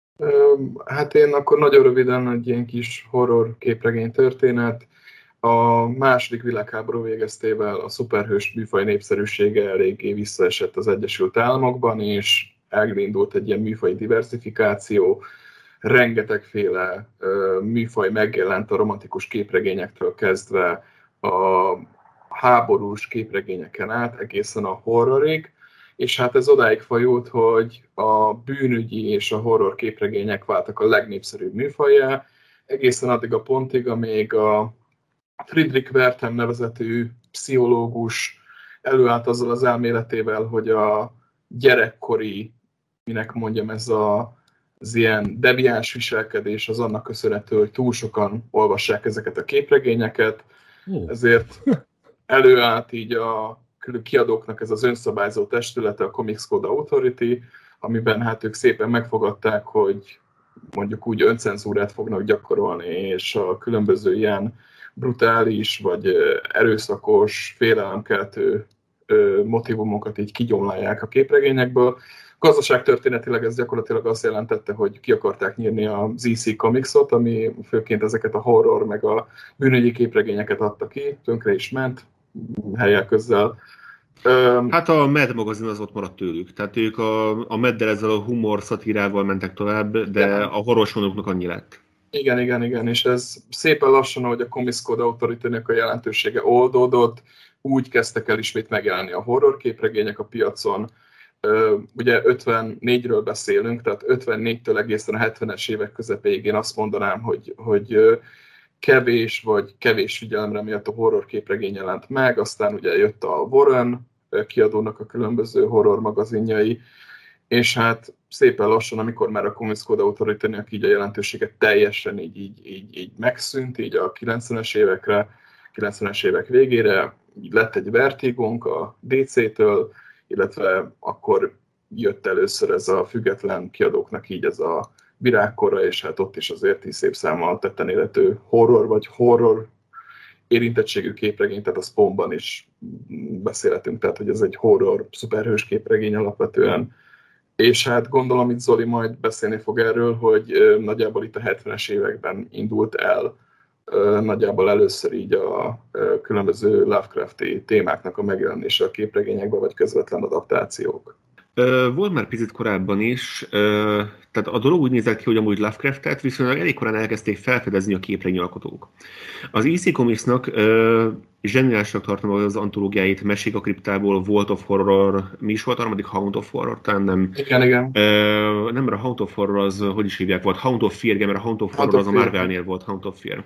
Hát én akkor nagyon röviden egy ilyen kis horror képregény történet. A második világháború végeztével a szuperhős műfaj népszerűsége eléggé visszaesett az Egyesült Államokban, és elindult egy ilyen műfaj diversifikáció, rengetegféle műfaj megjelent a romantikus képregényektől kezdve a háborús képregényeken át egészen a horrorig, és hát ez odáig fajult, hogy a bűnügyi és a horror képregények váltak a legnépszerűbb műfajjá, egészen addig a pontig, amíg a Friedrich Wertham nevezetű pszichológus előállt azzal az elméletével, hogy a gyerekkori, minek mondjam, ez az ilyen deviáns viselkedés az annak köszönhető, hogy túl sokan olvassák ezeket a képregényeket, ezért előállt így a kiadóknak ez az önszabályzó testülete, a Comics Code Authority, amiben hát ők szépen megfogadták, hogy mondjuk úgy öncenzúrát fognak gyakorolni, és a különböző ilyen brutális, vagy erőszakos, félelemkeltő motivumokat így kigyomlálják a képregényekből. Gazdaságtörténetileg ez gyakorlatilag azt jelentette, hogy ki akarták nyírni a ZC Comicsot, ami főként ezeket a horror meg a bűnügyi képregényeket adta ki, tönkre is ment, helyek közzel. Hát a Mad magazin az ott maradt tőlük, tehát ők a Maddel ezzel a humor szatírával mentek tovább, de a horrorsoroknak annyi lett. Igen, és ez szépen lassan, ahogy a Comics Code Authority-nek a jelentősége oldódott, úgy kezdtek el ismét megjelenni a horror képregények a piacon. Ugye 54-ről beszélünk, tehát 54-től egészen a 70-es évek közepéig én azt mondanám, hogy kevés figyelemre miatt a horror képregény jelent meg, aztán ugye jött a Warren kiadónak a különböző horror magazinjai, és hát szépen lassan, amikor már a Comics Code Authority-nek így a jelentőséget teljesen így megszűnt, így a 90-es évek végére, így lett egy Vertigónk a DC-től, illetve akkor jött először ez a független kiadóknak így ez a virágkora, és hát ott is azért is szép számmal tetten élető horror vagy horror érintettségű képregény, tehát a Spawnban is beszélhetünk, tehát hogy ez egy horror szuperhős képregény alapvetően. És hát gondolom itt Zoli majd beszélni fog erről, hogy nagyjából itt a 70-es években indult el nagyjából először így a különböző Lovecrafti témáknak a megjelenése a képregényekben, vagy közvetlen adaptációk. Volt már picit korábban is, tehát a dolog úgy nézett ki, hogy amúgy Lovecraftet viszonylag elég korán elkezdték felfedezni a képregényalkotók. Az EC Comicsnak zseniálisnak tartom az antológiáit, Mesék a kriptából, Vault of Horror, mi is volt a harmadik? Hound of Horror, talán nem. Igen. Nem, mert a Hound of Horror az, hogy is hívják, volt Hound of Fear, mert a Hound of Horror az a Marvelnél volt, Hound of Fear.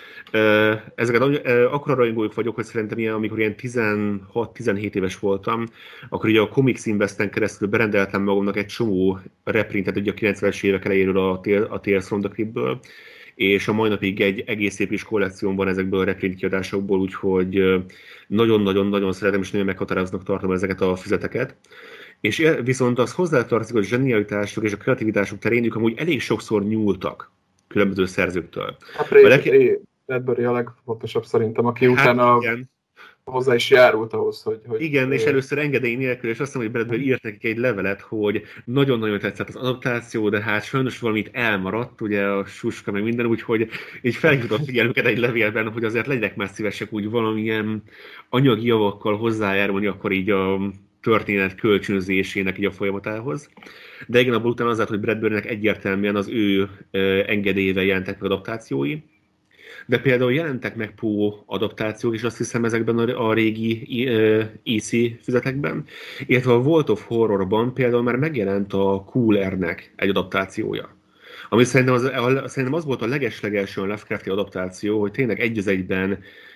Ezeket akkora rajongójuk vagyok, hogy szerintem ilyen, amikor ilyen 16-17 éves voltam, akkor ugye a Comics Investen keresztül berendeltem magamnak egy csomó reprintet ugye a 90-es évek elejéről a Tales from the Cryptből, és a mai napig egy egész szép is kollekcióm van ezekből a reprint kiadásokból, úgyhogy nagyon-nagyon-nagyon szeretem, és nagyon meghatároznak tartom ezeket a füzeteket. És viszont az hozzátartozik, hogy a zsenialitások és a kreativitások terén ők amúgy elég sokszor nyúltak különböző szerzőktől. Bradbury a legfontosabb szerintem, aki utána hozzá is járult ahhoz, hogy... Igen, és először engedély nélkül, és azt mondom, hogy Bradbury írt nekik egy levelet, hogy nagyon-nagyon tetszett az adaptáció, de hát sajnos valamit elmaradt, ugye a suska meg minden, úgyhogy így felhívott figyelmüket egy levélben, hogy azért legyenek már szívesek úgy valamilyen anyagi javakkal hozzájárulni, akkor így a történet kölcsönzésének így a folyamatához. De igen, abból utána az lett, hogy Bradburynek egyértelműen az ő engedélyével jelentek meg adaptációi. De például jelentek meg Poe adaptációk, és azt hiszem ezekben a régi EC füzetekben, illetve a Vault of Horrorban például már megjelent a Coolernek egy adaptációja. Ami szerintem az volt a legeslegelső Lovecrafti adaptáció, hogy tényleg egy az egyben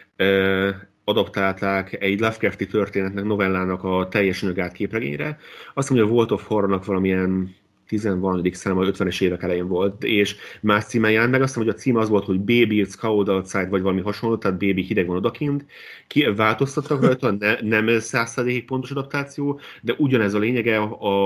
adaptálták egy Lovecrafti történetnek, novellának a teljes anyagát képregényre. Azt mondja, a Vault of Horrornak valamilyen 10-valadik szám, 50-es évek elején volt, és más címen jelent meg. Azt hiszem, hogy a cím az volt, hogy Baby It's Cold Outside, vagy valami hasonló, tehát Baby hideg van odakint. Változtattak rajta, nem 100%-ig pontos adaptáció, de ugyanez a lényege,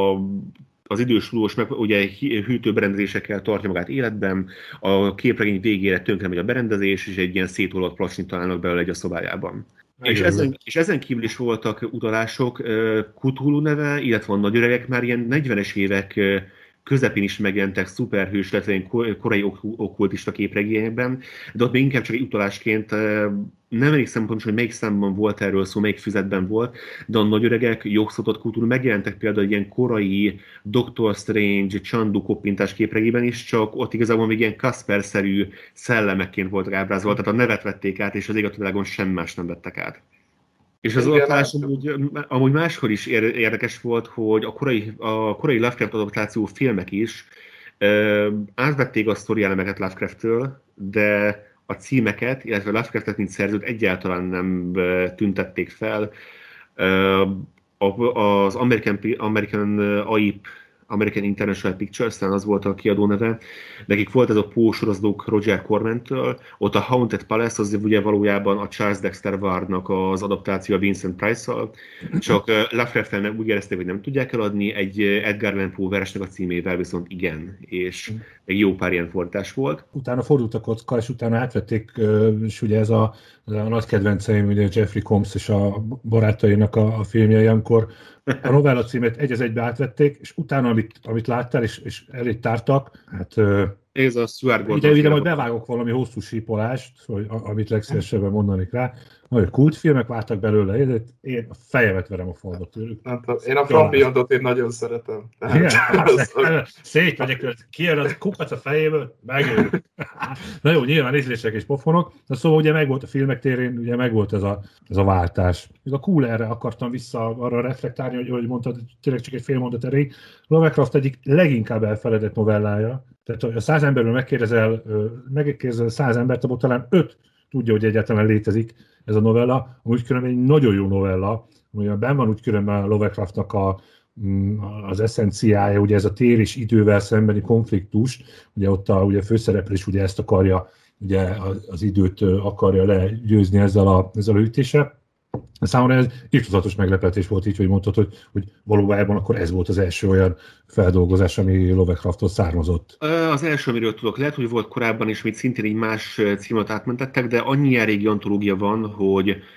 az idős lós meg ugye hűtőberendezésekkel tartja magát életben, a képregény végére tönkre megy a berendezés, és egy ilyen szétoldalt plasnyit találnak belőle egy a szobájában. És ezen kívül is voltak utalások, Cthulhu neve, illetve a nagyöregek már ilyen 40-es évek közepén is megjelentek szuperhős, illetve korai okkultista képregényekben, de ott még inkább csak egy utalásként, nem emlékszem pontosan, hogy melyik számban volt erről szó, melyik füzetben volt, de a nagyöregek, jogszotott Cthulhu megjelentek például egy ilyen korai Doctor Strange, Chandu koppintás képregében is, csak ott igazából még ilyen Kasper-szerű szellemekként voltak ábrázolva, tehát a nevet vették át, és az égatvilágon semmi más nem vettek át. És az adaptás amúgy máskor is érdekes volt, hogy a korai Lovecraft adaptáció filmek is átvették a sztori elemeket Lovecraft-től, de a címeket, illetve Lovecraftet, mint szerzőt egyáltalán nem tüntették fel. Az American AIP, American International Pictures, talán az volt a kiadó neve. Nekik volt ez a Poe sorozatok Roger Cormantől, ott a Haunted Palace az ugye valójában a Charles Dexter Wardnak az adaptáció a Vincent Price-szal, csak Lovecraft-tel úgy érezték, hogy nem tudják eladni, egy Edgar Allan Poe versnek a címével viszont igen, és egy jó pár ilyen fordítás volt. Utána fordult a kocka, és utána átvették, és ugye ez a nagy kedvenceim, ugye Jeffrey Combs és a barátainak a filmjei, amikor a novella címét egy az egybe átvették, és utána, amit láttál, és elég tártak, hát... Ez a Stuart Gordon. Ide majd bevágok valami hosszú sípolást, amit legszívesebben mondanék rá. Nagy kultfilmek váltak belőle, én a fejemet verem a falba tőlük. Én a From Beyond-ot én nagyon szeretem. Szétmegyek, kijön az kupac a fejéből, megölök. Na jó, nyilván ízlések és pofonok, de szóval ugye megvolt a filmek térén, ugye megvolt ez a váltás. Még a Coolerre akartam vissza arra reflektálni, hogy mondtad, tényleg csak egy fél mondat erejéig. Lovecraft egyik leginkább elfeledett novellája. Tehát, hogy a 100 emberről megkérdezel 100 embert, abból talán 5 tudja, hogy egyáltalán létezik ez a novella. Úgy különben egy nagyon jó novella, amiben benn van úgy különben a Lovecraftnak az eszenciája, ugye ez a tér és idővel szembeni konfliktus, ugye ott a főszereplő is ugye ezt akarja, ugye az időt akarja legyőzni ezzel a ütéssel. Számomra ez írtózatos meglepetés volt így, hogy mondtad, hogy valójában akkor ez volt az első olyan feldolgozás, ami Lovecrafttól származott. Az első, amiről tudok, lehet, hogy volt korábban is, amit szintén így más címet átmentettek, de annyi régi antológia van, hogy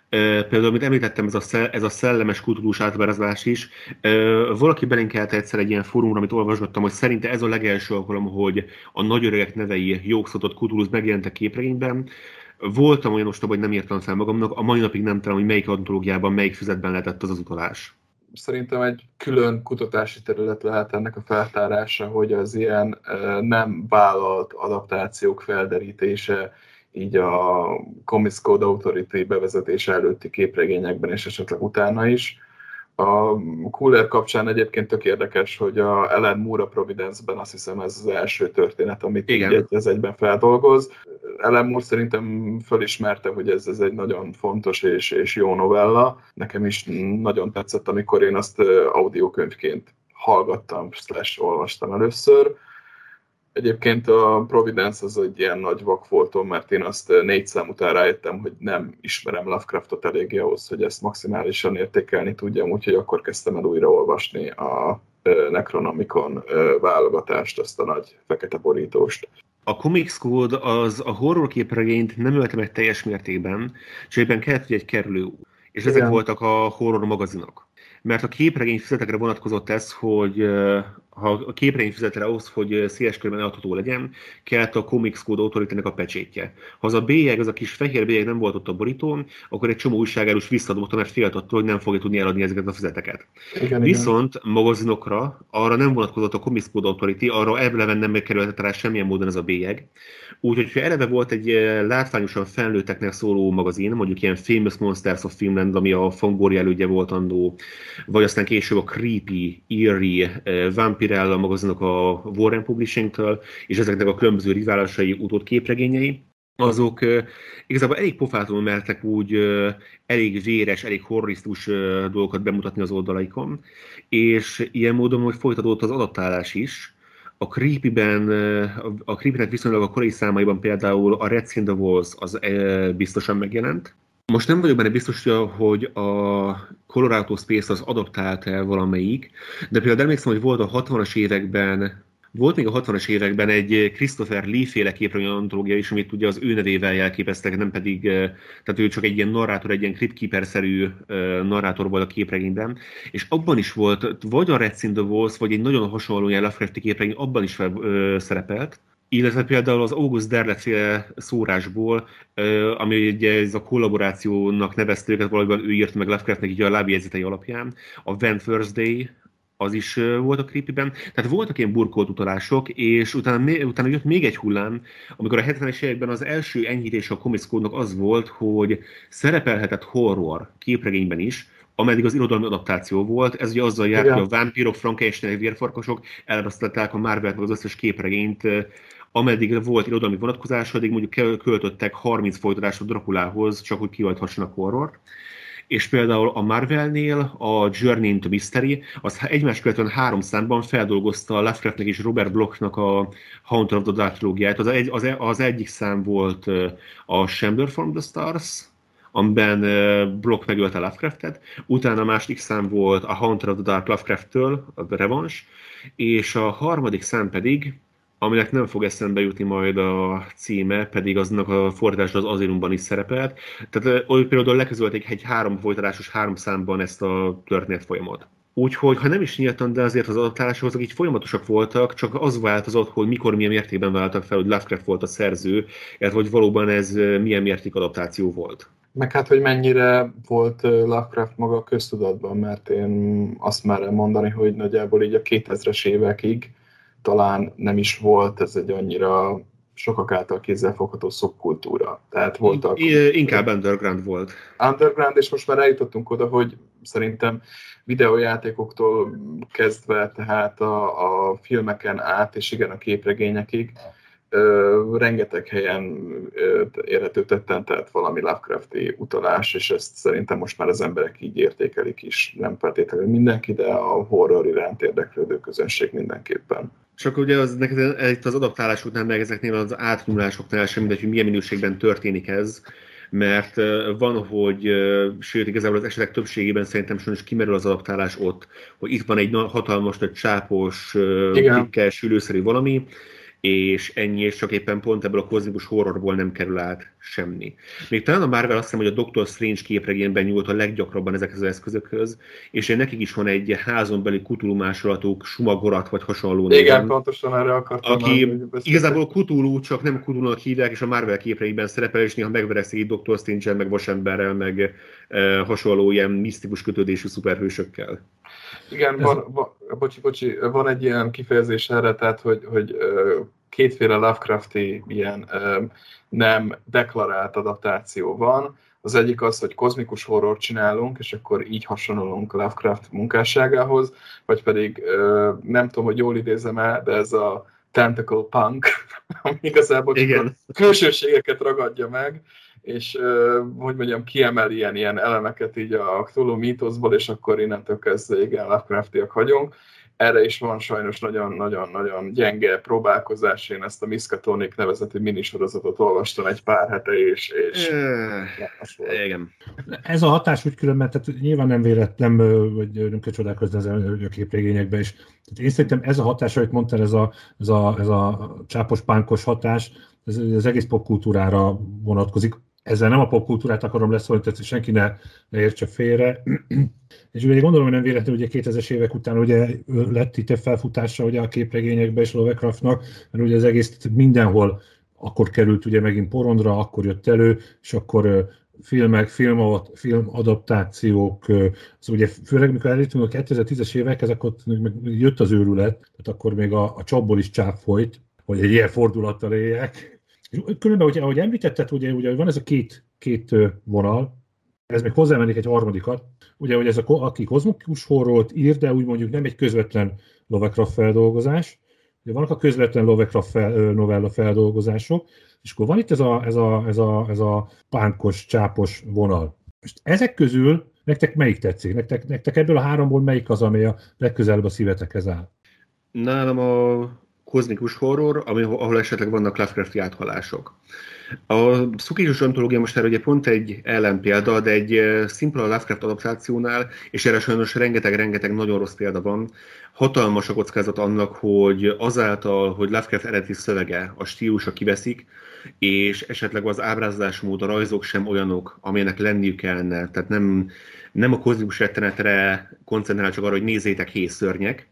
Például, amit említettem, ez a szellemes kultúrus átbrázlás is. Valaki belinkelte egyszer egy ilyen fórumra, amit olvasgattam, hogy szerinte ez a legelső alkalom, hogy a nagyöregek nevei Jogszottot kultúrus megjelentek képregényben. Voltam olyan ostoba, hogy nem írtam fel magamnak, a mai napig nem tudom, hogy melyik antológiában, melyik füzetben lehetett az utalás. Szerintem egy külön kutatási terület lehet ennek a feltárása, hogy az ilyen nem vállalt adaptációk felderítése, így a Comics Code Authority bevezetése előtti képregényekben, és esetleg utána is. A Cooler kapcsán egyébként tök érdekes, hogy a Alan Moore a Providence-ben azt hiszem ez az első történet, amit egy egyben feldolgoz. Alan Moore szerintem felismerte, hogy ez egy nagyon fontos és jó novella. Nekem is nagyon tetszett, amikor én azt audiokönyvként hallgattam, olvastam először. Egyébként a Providence az egy ilyen nagy vakfoltom, mert én azt 4 szám után rájöttem, hogy nem ismerem Lovecraftot eléggé ahhoz, hogy ezt maximálisan értékelni tudjam, úgyhogy akkor kezdtem el újra olvasni a Necronomicon válogatást, azt a nagy fekete borítóst. A Comics Code az a horror képregényt nem ölte meg teljes mértékben, csak éppen kellett, hogy egy kerülő. És ezek voltak a horror magazinok. Mert a képregény füzetekre vonatkozott ez, hogy ha a képregény füzetre ahhoz, hogy széles körben eladható legyen, kellett a Comics Code Authority-nek a pecsétje. Ha az a bélyeg, az a kis fehér bélyeg nem volt ott a borítón, akkor egy csomó újságárus visszadobta, mert félt attól, hogy nem fogja tudni eladni ezeket a füzeteket. Viszont magazinokra arra nem vonatkozott a Comics Code Authority, arra elven nem kerülhetett rá semmilyen módon ez a bélyeg. Úgyhogy, ha eleve volt egy látványosan felnőtteknek szóló magazin, mondjuk ilyen Famous Monsters of Finland, ami a Fangoria elődje volt andó, vagy aztán később a Creepy, Eerie, Vampirella magazinok a Warren Publishing-től, és ezeknek a különböző riválásai utód képregényei, azok igazából elég pofátlanul mertek úgy elég véres, elég horrorisztus dolgokat bemutatni az oldalaikon, és ilyen módon, hogy folytatódott az adaptálás is. A Creepynek viszonylag a korai számaiban például a Rats in the Walls az biztosan megjelent. Most nem vagyok benne biztos, hogy a Colorado Space az adaptált-e valamelyik, de például emlékszem, hogy volt még a 60-as években egy Christopher Lee-féle képregény antológia is, amit ugye az ő nevével jelképeztek, nem pedig, tehát ő csak egy ilyen narrátor, egy ilyen Crypt Keeper-szerű narrátor volt a képregényben, és abban is volt, vagy a Rats in the Walls, vagy egy nagyon hasonló ilyen Lovecrafti képregény, abban is szerepelt, illetve például az August Derleth szórásból, ami ugye ez a kollaborációnak nevezte őket, valamiben ő írt meg Lovecraftnek így a lábjegyzetei alapján, a When Thursday, az is volt a Creepyben. Tehát voltak ilyen burkolt utalások, és utána jött még egy hullám, amikor a 70-es években az első enyhítés a Comics Code-nak az volt, hogy szerepelhetett horror képregényben is, ameddig az irodalmi adaptáció volt. Ez ugye azzal járt, hogy a vámpírok, Frankensteinek, vérfarkasok elrasztották a Marvel-nek az összes képregényt, ameddig volt irodalmi vonatkozás, addig mondjuk költöttek 30 folytatást a Draculához, csak hogy kihajthassanak horrort. És például a Marvelnél a Journey into Mystery, az egymás követően 3 számban feldolgozta Lovecraftnek és Robert Blochnak a Haunter of the Dark trilógiát. Az egyik szám volt a Shambler from the Stars, amiben Bloch megölte Lovecraftet, utána a második szám volt a Haunter of the Dark Lovecraft-től, a Revenge, és a harmadik szám pedig, aminek nem fog eszembe jutni majd a címe, pedig aznak a fordítása az Asylumban is szerepelt. Tehát például leközölték egy 3 folytatásos 3 számban ezt a történet folyamot. Úgyhogy, ha nem is nyíltan, de azért az adaptálások azok így folyamatosak voltak, csak az változott, hogy mikor, milyen mértékben váltak fel, hogy Lovecraft volt a szerző, illetve hogy valóban ez milyen mérték adaptáció volt. Meg hát, hogy mennyire volt Lovecraft maga a köztudatban, mert én azt merem mondani, hogy nagyjából így a 2000-es évekig talán nem is volt ez egy annyira sokak által kézzelfogható szubkultúra. Tehát voltak... Inkább underground volt. Underground, és most már eljutottunk oda, hogy szerintem videójátékoktól kezdve, tehát a filmeken át, és igen, a képregényekig, rengeteg helyen érhető tetten, tehát valami Lovecrafti utalás, és ezt szerintem most már az emberek így értékelik is. Nem feltétlenül mindenki, de a horror iránt érdeklődő közönség mindenképpen. Csak ugye itt az adaptálás után, meg ezeknél az átnyúlásoknál sem mindegy, hogy milyen minőségben történik ez, mert van, hogy sőt, igazából az esetek többségében szerintem sajnos kimerül az adaptálás ott, hogy itt van egy hatalmas, egy csápos, klikkes, sülőszerű valami, és ennyi, és csak éppen pont ebből a kozmikus horrorból nem kerül át semmi. Még talán a Marvel azt hiszem, hogy a Doctor Strange képregényben nyúlt a leggyakrabban ezekhez az eszközökhöz, és nekik is van egy házon belül Cthulhu másolatuk, Sumagorat vagy hasonló néven. Igen, pontosan erre akartam. Aki igazából Cthulhu, csak nem Cthulhu-nak hívják, és a Marvel képreiben szerepel, és néha megvereszik Doctor Strange-el, meg Vasemberrel, meg hasonló ilyen misztikus kötődésű szuperhősökkel. Igen, van egy ilyen kifejezés erre, tehát, hogy kétféle Lovecrafti ilyen nem deklarált adaptáció van. Az egyik az, hogy kozmikus horror csinálunk, és akkor így hasonlulunk Lovecraft munkásságához, vagy pedig nem tudom, hogy jól idézem-e, de ez a tentacle punk, ami igazából csak a külsőségeket ragadja meg, és hogy mondjam, kiemel ilyen elemeket így a Cthulhu mítoszból, és akkor innentől kezdve igen, Lovecraftiak vagyunk. Erre is van sajnos nagyon-nagyon gyenge próbálkozás. Én ezt a Miskatonic nevezetű minisorozatot olvastam egy pár hete, és igen. Ez a hatás úgy különben, tehát nyilván nem véletlen, vagy nem kell csodálkozni a képregényekben is. Tehát én szerintem ez a hatás, ahogy mondtál, ez a csápos pánkos hatás, ez az egész popkultúrára vonatkozik. Ezzel nem a popkultúrát akarom leszólni, tehát senki ne értse félre. És ugye gondolom, hogy nem véletlenül, ugye 2000-es évek után ugye lett itt egy felfutása ugye a képregényekbe és Lovecraftnak, mert ugye az egész mindenhol akkor került ugye megint porondra, akkor jött elő, és akkor filmek, filmadaptációk, az ugye főleg mikor elértünk a 2010-es évekhez, akkor jött az őrület, tehát akkor még a csapból is csáv folyt, hogy egy ilyen fordulattal éljek. Különben, ugye, ahogy említetted, ugye van ez a két vonal, ez még hozzámennék egy harmadikat, ugye, hogy ez aki kozmikus horrort ír, de úgy mondjuk nem egy közvetlen Lovecraft feldolgozás, ugye vannak a közvetlen Lovecraft novella feldolgozások, és akkor van itt ez a pánkos, csápos vonal. Most ezek közül nektek melyik tetszik? Nektek ebből a háromból melyik az, ami a legközelebb a szívetekhez áll? Nálam a kozmikus horror, ahol esetleg vannak Lovecrafti áthalások. A Szukízsos antológia most erre ugye pont egy ellenpélda, de egy szimpla Lovecraft adaptációnál, és erre sajnos rengeteg nagyon rossz példa van, hatalmas a kockázat annak, hogy azáltal, hogy Lovecraft eredeti szövege, a stílusa kiveszik, és esetleg az ábrázolásmód, a rajzok sem olyanok, amilyenek lenniük kellene, tehát nem a kozmikus rettenetre koncentrál, csak arra, hogy nézzétek, hé, szörnyek,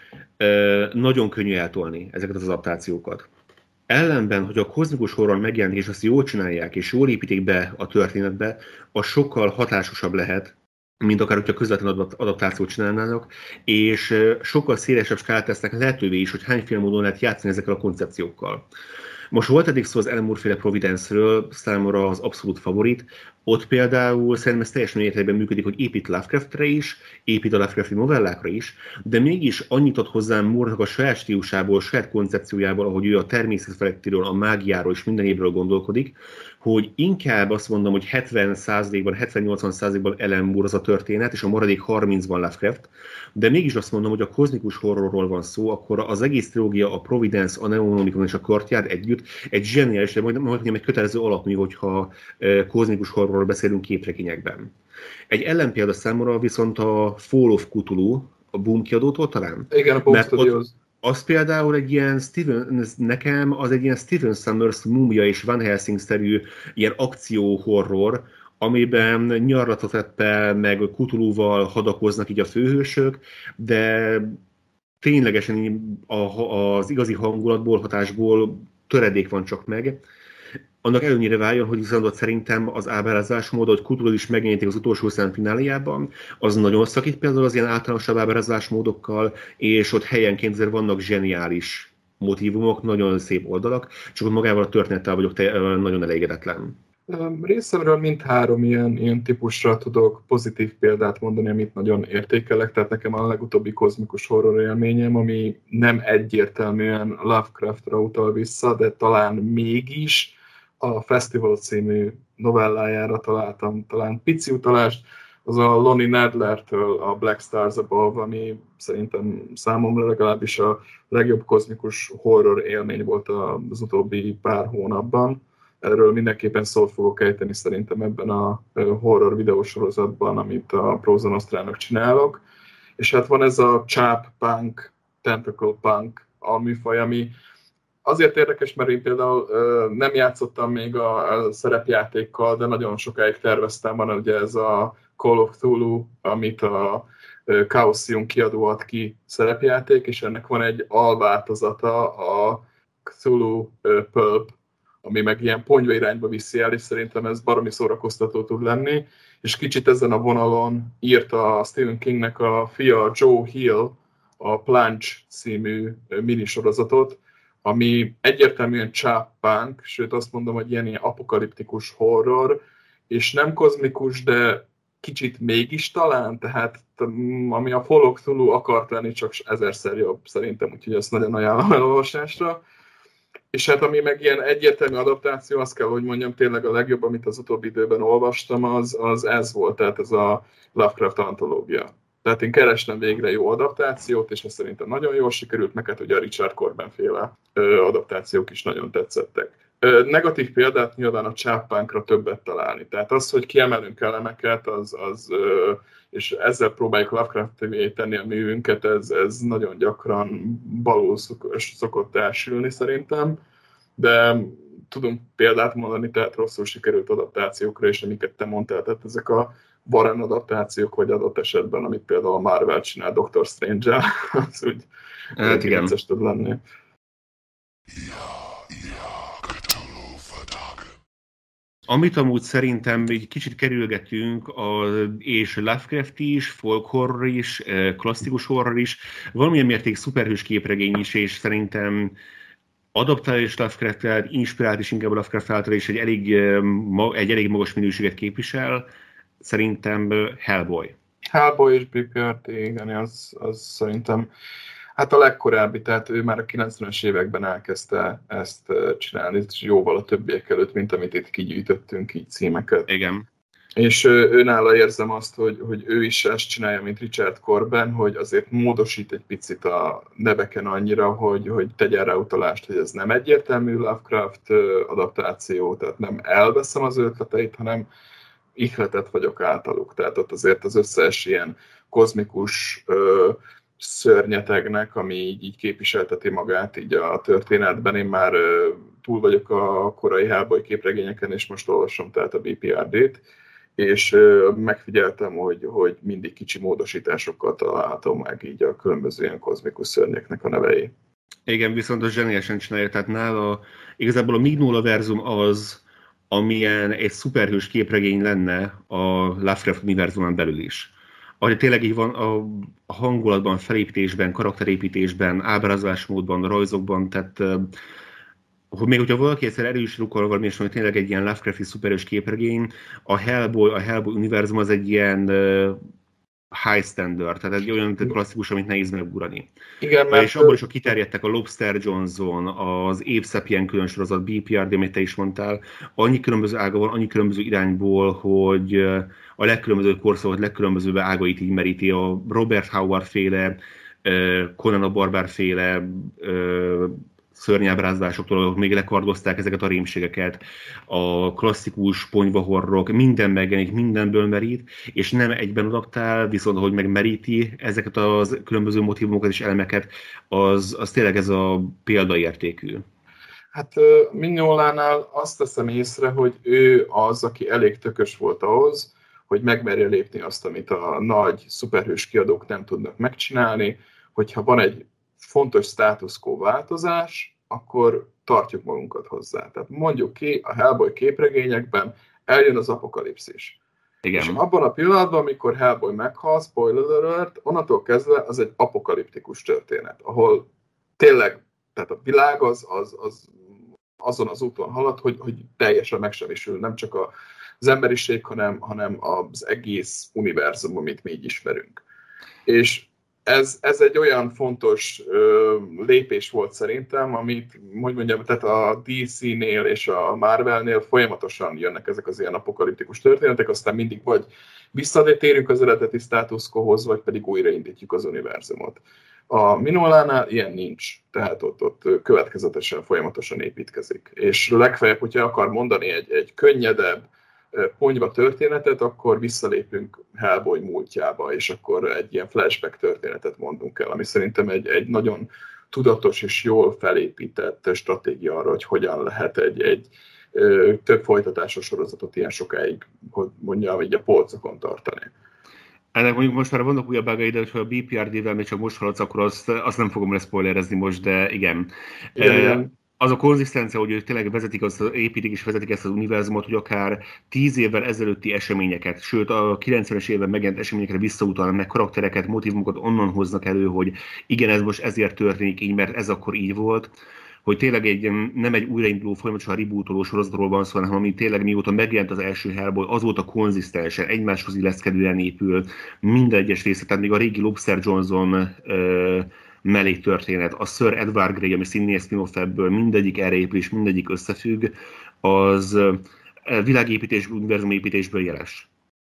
nagyon könnyű eltolni ezeket az adaptációkat. Ellenben, hogy a kozmikus horror megjelenik, és azt jól csinálják, és jól építik be a történetbe, az sokkal hatásosabb lehet, mint akár, hogyha közvetlen adaptációt csinálnának, és sokkal szélesebb skálát tesznek lehetővé is, hogy hány filmmódon lehet játszani ezekkel a koncepciókkal. Most volt eddig szó az Alan Moore-féle Providence-ről, számomra az abszolút favorit. Ott például szerintem ez teljesen értelemben működik, hogy épít Lovecraftre is, épít a Lovecrafti novellákra is, de mégis annyit ad hozzám Moore-nak a saját stílusából, a saját koncepciójából, ahogy ő a természetfelettiről, a mágiáról és mindenébről gondolkodik, hogy inkább azt mondom, hogy 70%-ban, 70-80%-ban Alan Moore az a történet, és a maradék 30-ban Lovecraft, de mégis azt mondom, hogy a kozmikus horrorról van szó, akkor az egész trilógia, a Providence, a Neonomicon és a Courtyard együtt egy zseniális, de majd egy kötelező alapmű, hogyha kozmikus horrorról beszélünk képregényekben. Egy ellenpélda számomra viszont a Fall of Cthulhu, a Boom kiadótól talán? Igen, a Boom Studios. Az például egy ilyen nekem az egy ilyen Stephen Sommers Mumia és Van Helsing-szerű ilyen akció-horror, amiben nyarlatoteppel meg Cthulhuval hadakoznak így a főhősök, de ténylegesen az igazi hangulatból, hatásból töredék van csak meg. Annak előnyére váljon, hogy viszont szerintem az ábrázolásmód, hogy Cthulhu is megjelenítik az utolsó szám fináléjában, az nagyon szakít például az ilyen általánosabb ábrázolásmódokkal, és ott helyenként azért vannak zseniális motívumok, nagyon szép oldalak, csak magával a történettel vagyok nagyon elégedetlen. Részemről mindhárom ilyen típusra tudok pozitív példát mondani, amit nagyon értékelek, tehát nekem a legutóbbi kozmikus horror élményem, ami nem egyértelműen Lovecraftra utal vissza, de talán mégis a Festival című novellájára találtam talán pici utalást, az a Lonnie Nadler-től a Black Stars Above, ami szerintem számomra legalábbis a legjobb kozmikus horror élmény volt az utóbbi pár hónapban. Erről mindenképpen szót fogok ejteni szerintem ebben a horror videósorozatban, amit a Próza Nostrának csinálok. És hát van ez a chap punk, tentacle punk alműfaj, azért érdekes, mert én például nem játszottam még a szerepjátékkal, de nagyon sokáig terveztem, van ugye ez a Call of Cthulhu, amit a Chaosium kiadó ad ki szerepjáték, és ennek van egy alváltozata, a Cthulhu Pulp, ami meg ilyen ponyva irányba viszi el, és szerintem ez baromi szórakoztató tud lenni. És kicsit ezen a vonalon írta Stephen Kingnek a fia Joe Hill a Plunge című minisorozatot, ami egyértelműen chap-punk, sőt azt mondom, hogy ilyen apokaliptikus horror, és nem kozmikus, de kicsit mégis talán, tehát ami a Call of Cthulhu akart lenni, csak 1000-szer jobb szerintem, úgyhogy ezt nagyon ajánlom elolvasásra. És hát ami meg ilyen egyértelmű adaptáció, azt kell, hogy mondjam, tényleg a legjobb, amit az utóbbi időben olvastam, az ez volt, tehát ez a Lovecraft antológia. Tehát én kerestem végre jó adaptációt, és ez szerintem nagyon jól sikerült, meg hát ugye a Richard Corben féle adaptációk is nagyon tetszettek. Negatív példát nyilván a chap-punkra többet találni. Tehát az, hogy kiemelünk elemeket, és ezzel próbáljuk Lovecraft-vé tenni a művünket, ez nagyon gyakran balul szokott elsülni szerintem, de tudunk példát mondani, tehát rosszul sikerült adaptációkra, és amiket te mondtál, tehát ezek a Warren adaptációk, vagy adott esetben, amit például a Marvel csinál Doctor Strange-el, az úgy vicces tud lenni. Amit amúgy szerintem egy kicsit kerülgetünk, és Lovecraft is, folk horror is, klasszikus horror is, valamilyen mérték szuperhős képregény is, és szerintem adaptális Lovecraft-tel, inspirált is inkább a Lovecraft által, és egy elég magas minőséget képvisel, szerintem Hellboy. Hellboy és BPRD, igen, az szerintem hát a legkorábbi, tehát ő már a 90-es években elkezdte ezt csinálni, jóval a többiek előtt, mint amit itt kigyűjtöttünk, így címeket. Igen. És őnála érzem azt, hogy ő is ezt csinálja, mint Richard Corben, hogy azért módosít egy picit a neveken annyira, hogy tegyen rá utalást, hogy ez nem egyértelmű Lovecraft adaptáció, tehát nem elveszem az ötleteit, hanem ihletett vagyok általuk. Tehát ott azért az összes ilyen kozmikus szörnyetegnek, ami így képviselteti magát így a történetben. Én már túl vagyok a korai Hellboy képregényeken, és most olvasom tehát a BPRD-t, és megfigyeltem, hogy mindig kicsi módosításokkal található meg így a különböző ilyen kozmikus szörnyeknek a nevei. Igen, viszont a zseniálisan csinálja, tehát nála igazából a Mignola verzum az, amilyen egy szuperhős képregény lenne a Lovecraft univerzumon belül is. Ahogy tényleg így van a hangulatban, felépítésben, karakterépítésben, ábrázolásmódban, rajzokban, tehát hogy még hogyha valaki egyszer erős rukol valami, és tényleg egy ilyen Lovecrafti szuperhős képregény, a Hellboy univerzum az egy ilyen high standard, tehát egy olyan klasszikus, amit nehéz megugrani. Igen, mert... És abból is, hogy kiterjedtek a Lobster Johnson, az Ape Sapien külön sorozat, BPRD, amit te is mondtál, annyi különböző ága van, annyi különböző irányból, hogy a legkülönbözőbb korszakot, legkülönbözőbb ágait így meríti, a Robert Howard féle, Conan a Barbár féle szörnyábrázolásoktól, ahol még lekardozták ezeket a rémségeket, a klasszikus ponyvahorrok, minden megjelenik, mindenből merít, és nem egyben adaptál, viszont ahogy megmeríti ezeket a különböző motívumokat és elemeket, az tényleg ez a példaértékű. Hát Mignolánál azt teszem észre, hogy ő az, aki elég tökös volt ahhoz, hogy megmerje lépni azt, amit a nagy szuperhős kiadók nem tudnak megcsinálni, hogyha van egy fontos status quo változás, akkor tartjuk magunkat hozzá. Tehát mondjuk ki, a Hellboy képregényekben eljön az apokalipszis. Igen. És abban a pillanatban, amikor Hellboy meghal, spoiler alert, onnantól kezdve az egy apokaliptikus történet, ahol tényleg, tehát a világ az azon az úton halad, hogy teljesen megsemmisül, nem csak az emberiség, hanem az egész univerzum, amit mi így ismerünk. És ez egy olyan fontos lépés volt szerintem, amit, hogy mondjam, tehát a DC-nél és a Marvel-nél folyamatosan jönnek ezek az ilyen apokaliptikus történetek, aztán mindig vagy visszatérünk az eredeti status quo-hoz, vagy pedig újraindítjuk az univerzumot. A Minolánál ilyen nincs, tehát ott következetesen, folyamatosan építkezik. És legfeljebb, hogyha akar mondani egy könnyedebb, ponyva történetet, akkor visszalépünk Hellboy múltjába, és akkor egy ilyen flashback történetet mondunk el, ami szerintem egy nagyon tudatos és jól felépített stratégia arra, hogy hogyan lehet egy több folytatásos sorozatot ilyen sokáig, hogy mondjam, így a polcokon tartani. Ennek mondjuk most már vannak újabb ágai, de ha a BPRD-vel még csak most haladsz, akkor azt nem fogom leszpoilerezni most, de igen. Igen. Az a konzisztencia, hogy ők tényleg építik és vezetik ezt az univerzumot, hogy akár 10 évvel ezelőtti eseményeket, sőt a 90-es évben megjelent eseményekre visszautalnak, meg karaktereket, motívumokat onnan hoznak elő, hogy igen, ez most ezért történik így, mert ez akkor így volt, hogy tényleg nem egy újrainduló, folyamatosan rebootoló sorozatról van szó, hanem ami tényleg mióta megjelent az első Hellboy, azóta konzisztensen, egymáshoz illeszkedően épül minden egyes része, tehát még a régi Lobster Johnson mellék történet, a Sir Edward Grey, ami színné spin-off ebből, mindegyik erre épül és mindegyik összefügg, az világépítés, univerzumépítésből jeles.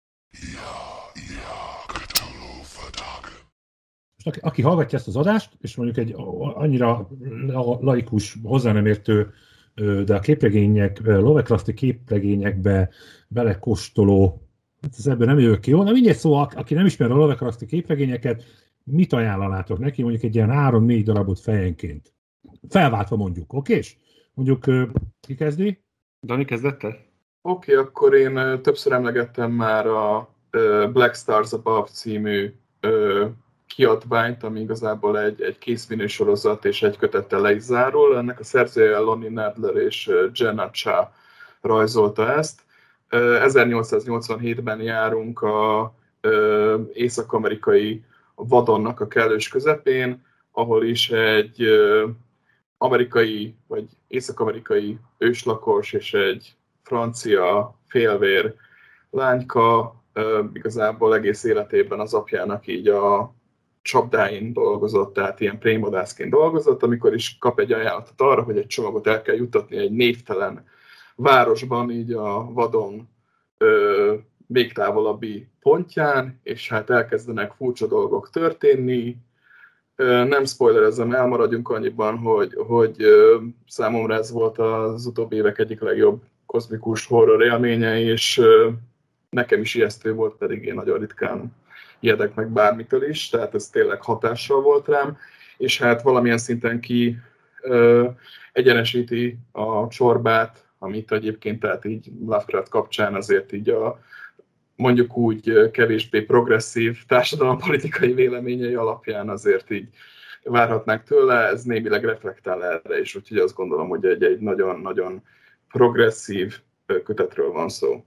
Most aki hallgatja ezt az adást, és mondjuk egy annyira laikus, hozzá nem értő, de a képregények, Lovecrafti képregényekbe belekóstoló, ez ebből nem jövök ki. Jó, na mindegy, szóval aki nem ismer a Lovecrafti képregényeket, mit ajánlanátok neki, mondjuk egy ilyen 3-4 darabot fejenként? Felváltva mondjuk, okés? Mondjuk ki kezdi? Dani, kezdette? Oké, akkor én többször emlegettem már a Black Stars Above című kiadványt, ami igazából egy készvinő sorozat és egy kötettel le is zárul. Ennek a szerzője Lonnie Nadler és Jenna Cha rajzolta ezt. 1887-ben járunk a észak-amerikai vadonnak a kellős közepén, ahol is egy amerikai vagy észak-amerikai őslakos és egy francia félvér lányka igazából egész életében az apjának így a csapdáin dolgozott, tehát ilyen prémodászként dolgozott, amikor is kap egy ajánlatot arra, hogy egy csomagot el kell juttatni egy névtelen városban, így a vadon még távolabbi pontján, és hát elkezdenek furcsa dolgok történni. Nem spoilerezem, elmaradjunk annyiban, hogy számomra ez volt az utóbbi évek egyik legjobb kozmikus horror élménye, és nekem is ijesztő volt, pedig én nagyon ritkán ijedek meg bármitől is, tehát ez tényleg hatással volt rám, és hát valamilyen szinten egyenesíti a csorbát, amit egyébként tehát így Lovecraft kapcsán azért így a mondjuk úgy kevésbé progresszív társadalompolitikai véleményei alapján azért így várhatnánk tőle, ez némileg reflektál erre is, úgyhogy azt gondolom, hogy egy nagyon-nagyon progresszív kötetről van szó.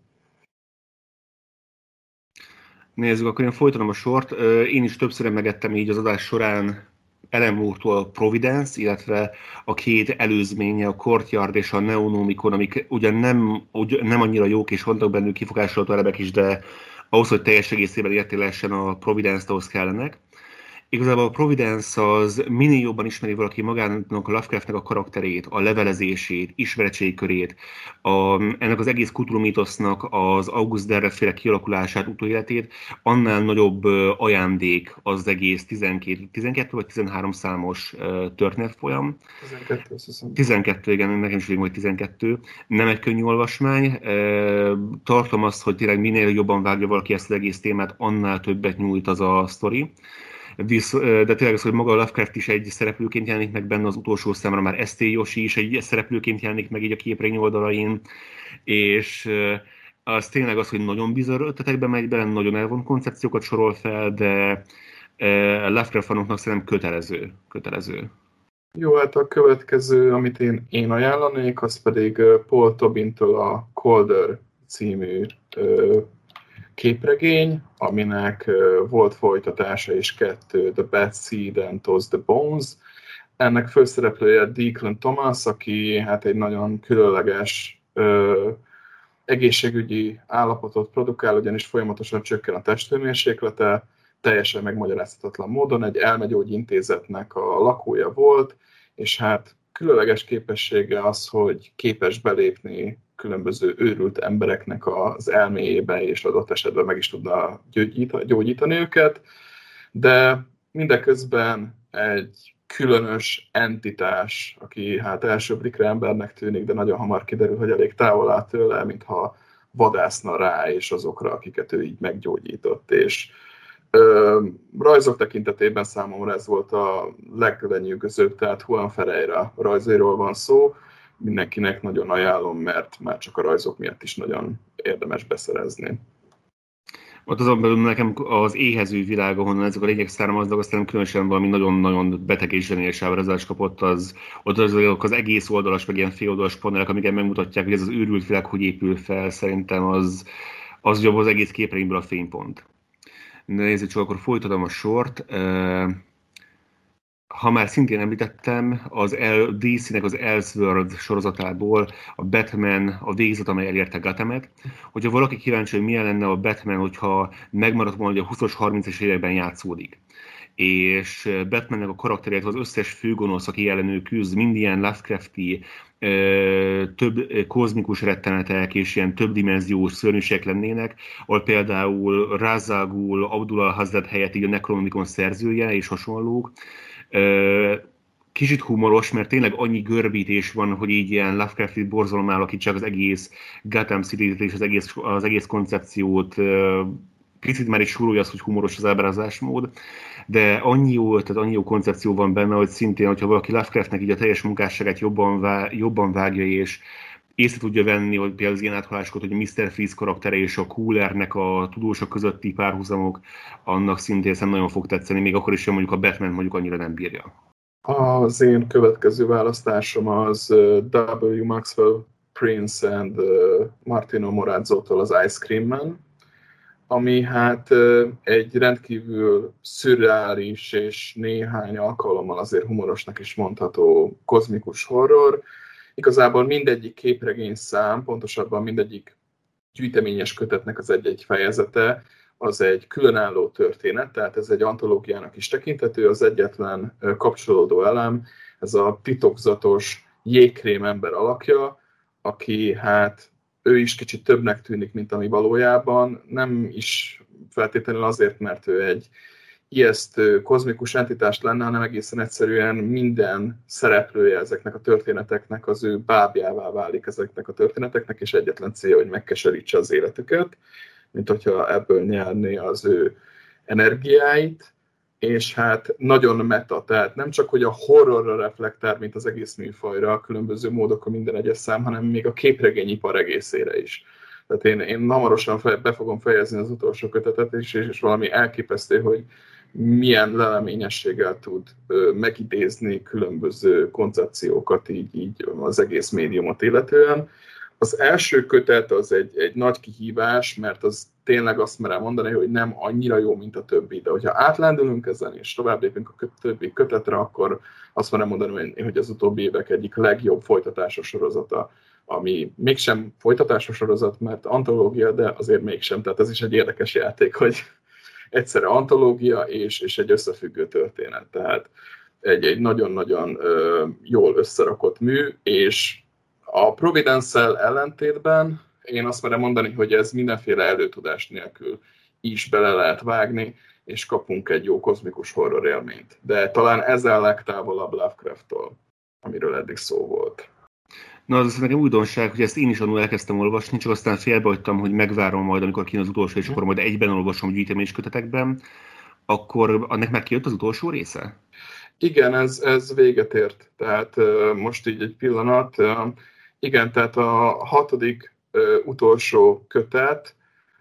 Nézzük, akkor én folytanom a sort. Én is többször emlegettem így az adás során Alan Moore-tól a Providence, illetve a két előzménye, a Courtyard és a Neonomicon, amik ugyan nem annyira jók és vannak bennük kifogásolható elemek is, de ahhoz, hogy teljes egészében értélessen a Providence-t, ahhoz kellenek. Igazából a Providence az minél jobban ismeri valaki magának a Lovecraftnek a karakterét, a levelezését, ismeretségkörét, ennek az egész Cthulhu-mítosznak az August Derrett-féle kialakulását, utóéletét, annál nagyobb ajándék az egész 12 vagy 13 számos történetfolyam. 12, igen, nekem is hogy 12. Nem egy könnyű olvasmány. Tartom azt, hogy tényleg minél jobban vágja valaki ezt az egész témát, annál többet nyújt az a sztori. De tényleg az, hogy maga a Lovecraft is egy szereplőként jelenik meg benne, az utolsó számra már St. Yoshi is egy szereplőként jelenik meg így a képregény oldalain, és az tényleg az, hogy nagyon bizarr ötletekbe megy bele, nagyon elvont koncepciókat sorol fel, de Lovecraft fanoknak szerintem kötelező. Jó, hát a következő, amit én ajánlanék, az pedig Paul Tobin-től a Colder című képregény, aminek volt folytatása is 2, The Bad Seed and Toss the Bones. Ennek főszereplője Declan Thomas, aki hát egy nagyon különleges egészségügyi állapotot produkál, ugyanis folyamatosan csökken a testhőmérséklete, teljesen megmagyarázhatatlan módon egy elmegyógyintézetnek a lakója volt, és hát különleges képessége az, hogy képes belépni különböző őrült embereknek az elméjébe, és adott esetben meg is tudna gyógyítani őket, de mindeközben egy különös entitás, aki hát első blikre embernek tűnik, de nagyon hamar kiderül, hogy elég távol áll tőle, mintha vadászna rá, és azokra, akiket ő így meggyógyított, és Rajzok tekintetében számomra ez volt a leglenyűgözőbb, tehát Juan Ferreira rajzairól van szó. Mindenkinek nagyon ajánlom, mert már csak a rajzok miatt is nagyon érdemes beszerezni. Ott azon belül nekem az éhező világ, ahonnan ezek a lények származnak, aztán különösen valami nagyon-nagyon beteg és zseniális ábrázolást kapott, ott az egész oldalas, meg ilyen féloldalas panelek, amiket megmutatják, hogy ez az őrült világ hogy épül fel, szerintem az jobb az egész képregényből a fénypont. Nézzük csak, akkor folytatom a sort. Ha már szintén említettem, az DC-nek az Elseworld sorozatából a Batman a végzet, amely elérte Gothamet. Hogyha valaki kíváncsi, hogy milyen lenne a Batman, hogyha megmaradt volna, hogy a 20-as, 30-es években játszódik, és Batmannek a karakterét az összes főgonosz, aki ellenő küzd, mind ilyen Lovecrafti, több kozmikus rettenetek és ilyen többdimenziós szörnyűségek lennének, ahol például Ra's al Ghul, Abdul al-Hazred helyett így a Necronomicon szerzője és hasonlók. Kicsit humoros, mert tényleg annyi görbítés van, hogy így ilyen Lovecrafti borzalom alakítsák az egész Gotham City-t és az egész koncepciót. Picit már is súrolja az, hogy humoros az ábrázolásmód, de annyi jó koncepció van benne, hogy szintén, hogyha valaki Lovecraftnek így a teljes munkásságát jobban vágja, és észre tudja venni, hogy például az ilyen áthalásokat, hogy a Mr. Freeze karaktere és a Coolernek a tudósok közötti párhuzamok, annak szintén nagyon fog tetszeni, még akkor is, hogy mondjuk a Batman mondjuk annyira nem bírja. Az én következő választásom az W. Maxwell Prince and Martino Morazzo-tól az Ice Cream Man, ami hát egy rendkívül szürreális és néhány alkalommal azért humorosnak is mondható kozmikus horror. Igazából mindegyik képregényszám, pontosabban mindegyik gyűjteményes kötetnek az egy-egy fejezete, az egy különálló történet, tehát ez egy antológiának is tekinthető, az egyetlen kapcsolódó elem, ez a titokzatos jégkrém ember alakja, aki hát ő is kicsit többnek tűnik, mint ami valójában, nem is feltétlenül azért, mert ő egy ijesztő kozmikus entitás lenne, hanem egészen egyszerűen minden szereplője ezeknek a történeteknek az ő bábjává válik ezeknek a történeteknek, és egyetlen célja, hogy megkeserítse az életüket, mint hogyha ebből nyerné az ő energiáit, és hát nagyon meta, tehát nem csak, hogy a horrorra reflektál, mint az egész műfajra, a különböző módokon minden egyes szám, hanem még a képregényipar egészére is. Tehát én hamarosan be fogom fejezni az utolsó kötetet is, és valami elképesztő, hogy milyen leleményességgel tud megidézni különböző koncepciókat így az egész médiumot illetően. Az első kötet az egy nagy kihívás, mert az tényleg azt merem mondani, hogy nem annyira jó, mint a többi, de hogyha átlendülünk ezen és tovább lépünk a többi kötetre, akkor azt merem mondani, hogy az utóbbi évek egyik legjobb folytatásos sorozata, ami mégsem folytatásos sorozat, mert antológia, de azért mégsem, tehát ez is egy érdekes játék, hogy egyszerre antológia és egy összefüggő történet, tehát egy nagyon-nagyon jól összerakott mű, és a Providence-szel ellentétben én azt merem mondani, hogy ez mindenféle előtudás nélkül is bele lehet vágni, és kapunk egy jó kozmikus horror élményt. De talán ezzel legtávolabb Lovecraft-tól, amiről eddig szó volt. Na, az nekem újdonság, hogy ezt én is annól elkezdtem olvasni, csak aztán félbehagytam, hogy megvárom majd, amikor kijön az utolsó, és akkor majd egyben olvasom gyűjteményes kötetekben. Akkor annak már kijött az utolsó része? Igen, ez véget ért. Tehát most így egy pillanat. Igen, tehát a 6. utolsó kötet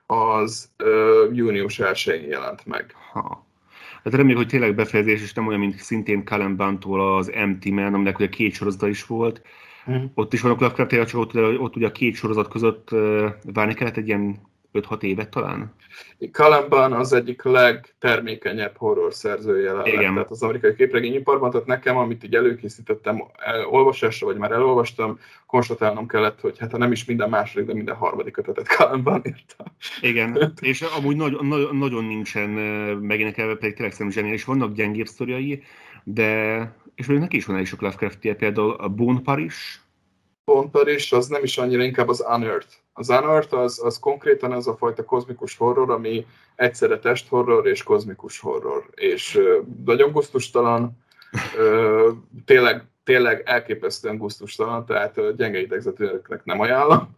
az június 1-én jelent meg. Hát reméljük, hogy tényleg befejezés, és nem olyan, mint szintén Cullen Bunn-tól az Empty Man, aminek ugye 2 sorozata is volt. Ott is vannak Lovecraft-tel, csak ott ugye a 2 sorozat között várni kellett egy ilyen 5-6 évet talán? Cullen Bunn az egyik legtermékenyebb horror szerzője lett, tehát az amerikai képregényiparban, tehát nekem, amit így előkészítettem olvasásra, vagy már elolvastam, konstatálnom kellett, hogy hát ha nem is minden második, de minden harmadik kötetet Cullen Bunn írta. Igen, és amúgy nagyon nincsen megénekelve, pedig tényleg szerintem zseniális, vannak gyengébb sztoriai, de és még neki is van elég sok Lovecraft-je, például a Bone Parish. Bone Parish az nem is annyira, inkább az Unearthed. Az Unearthed az konkrétan az a fajta kozmikus horror, ami egyszerre testhorror és kozmikus horror. És nagyon gusztustalan, tényleg tényleg elképesztően gusztustalan, tehát gyenge idegzetűeknek nem ajánlom,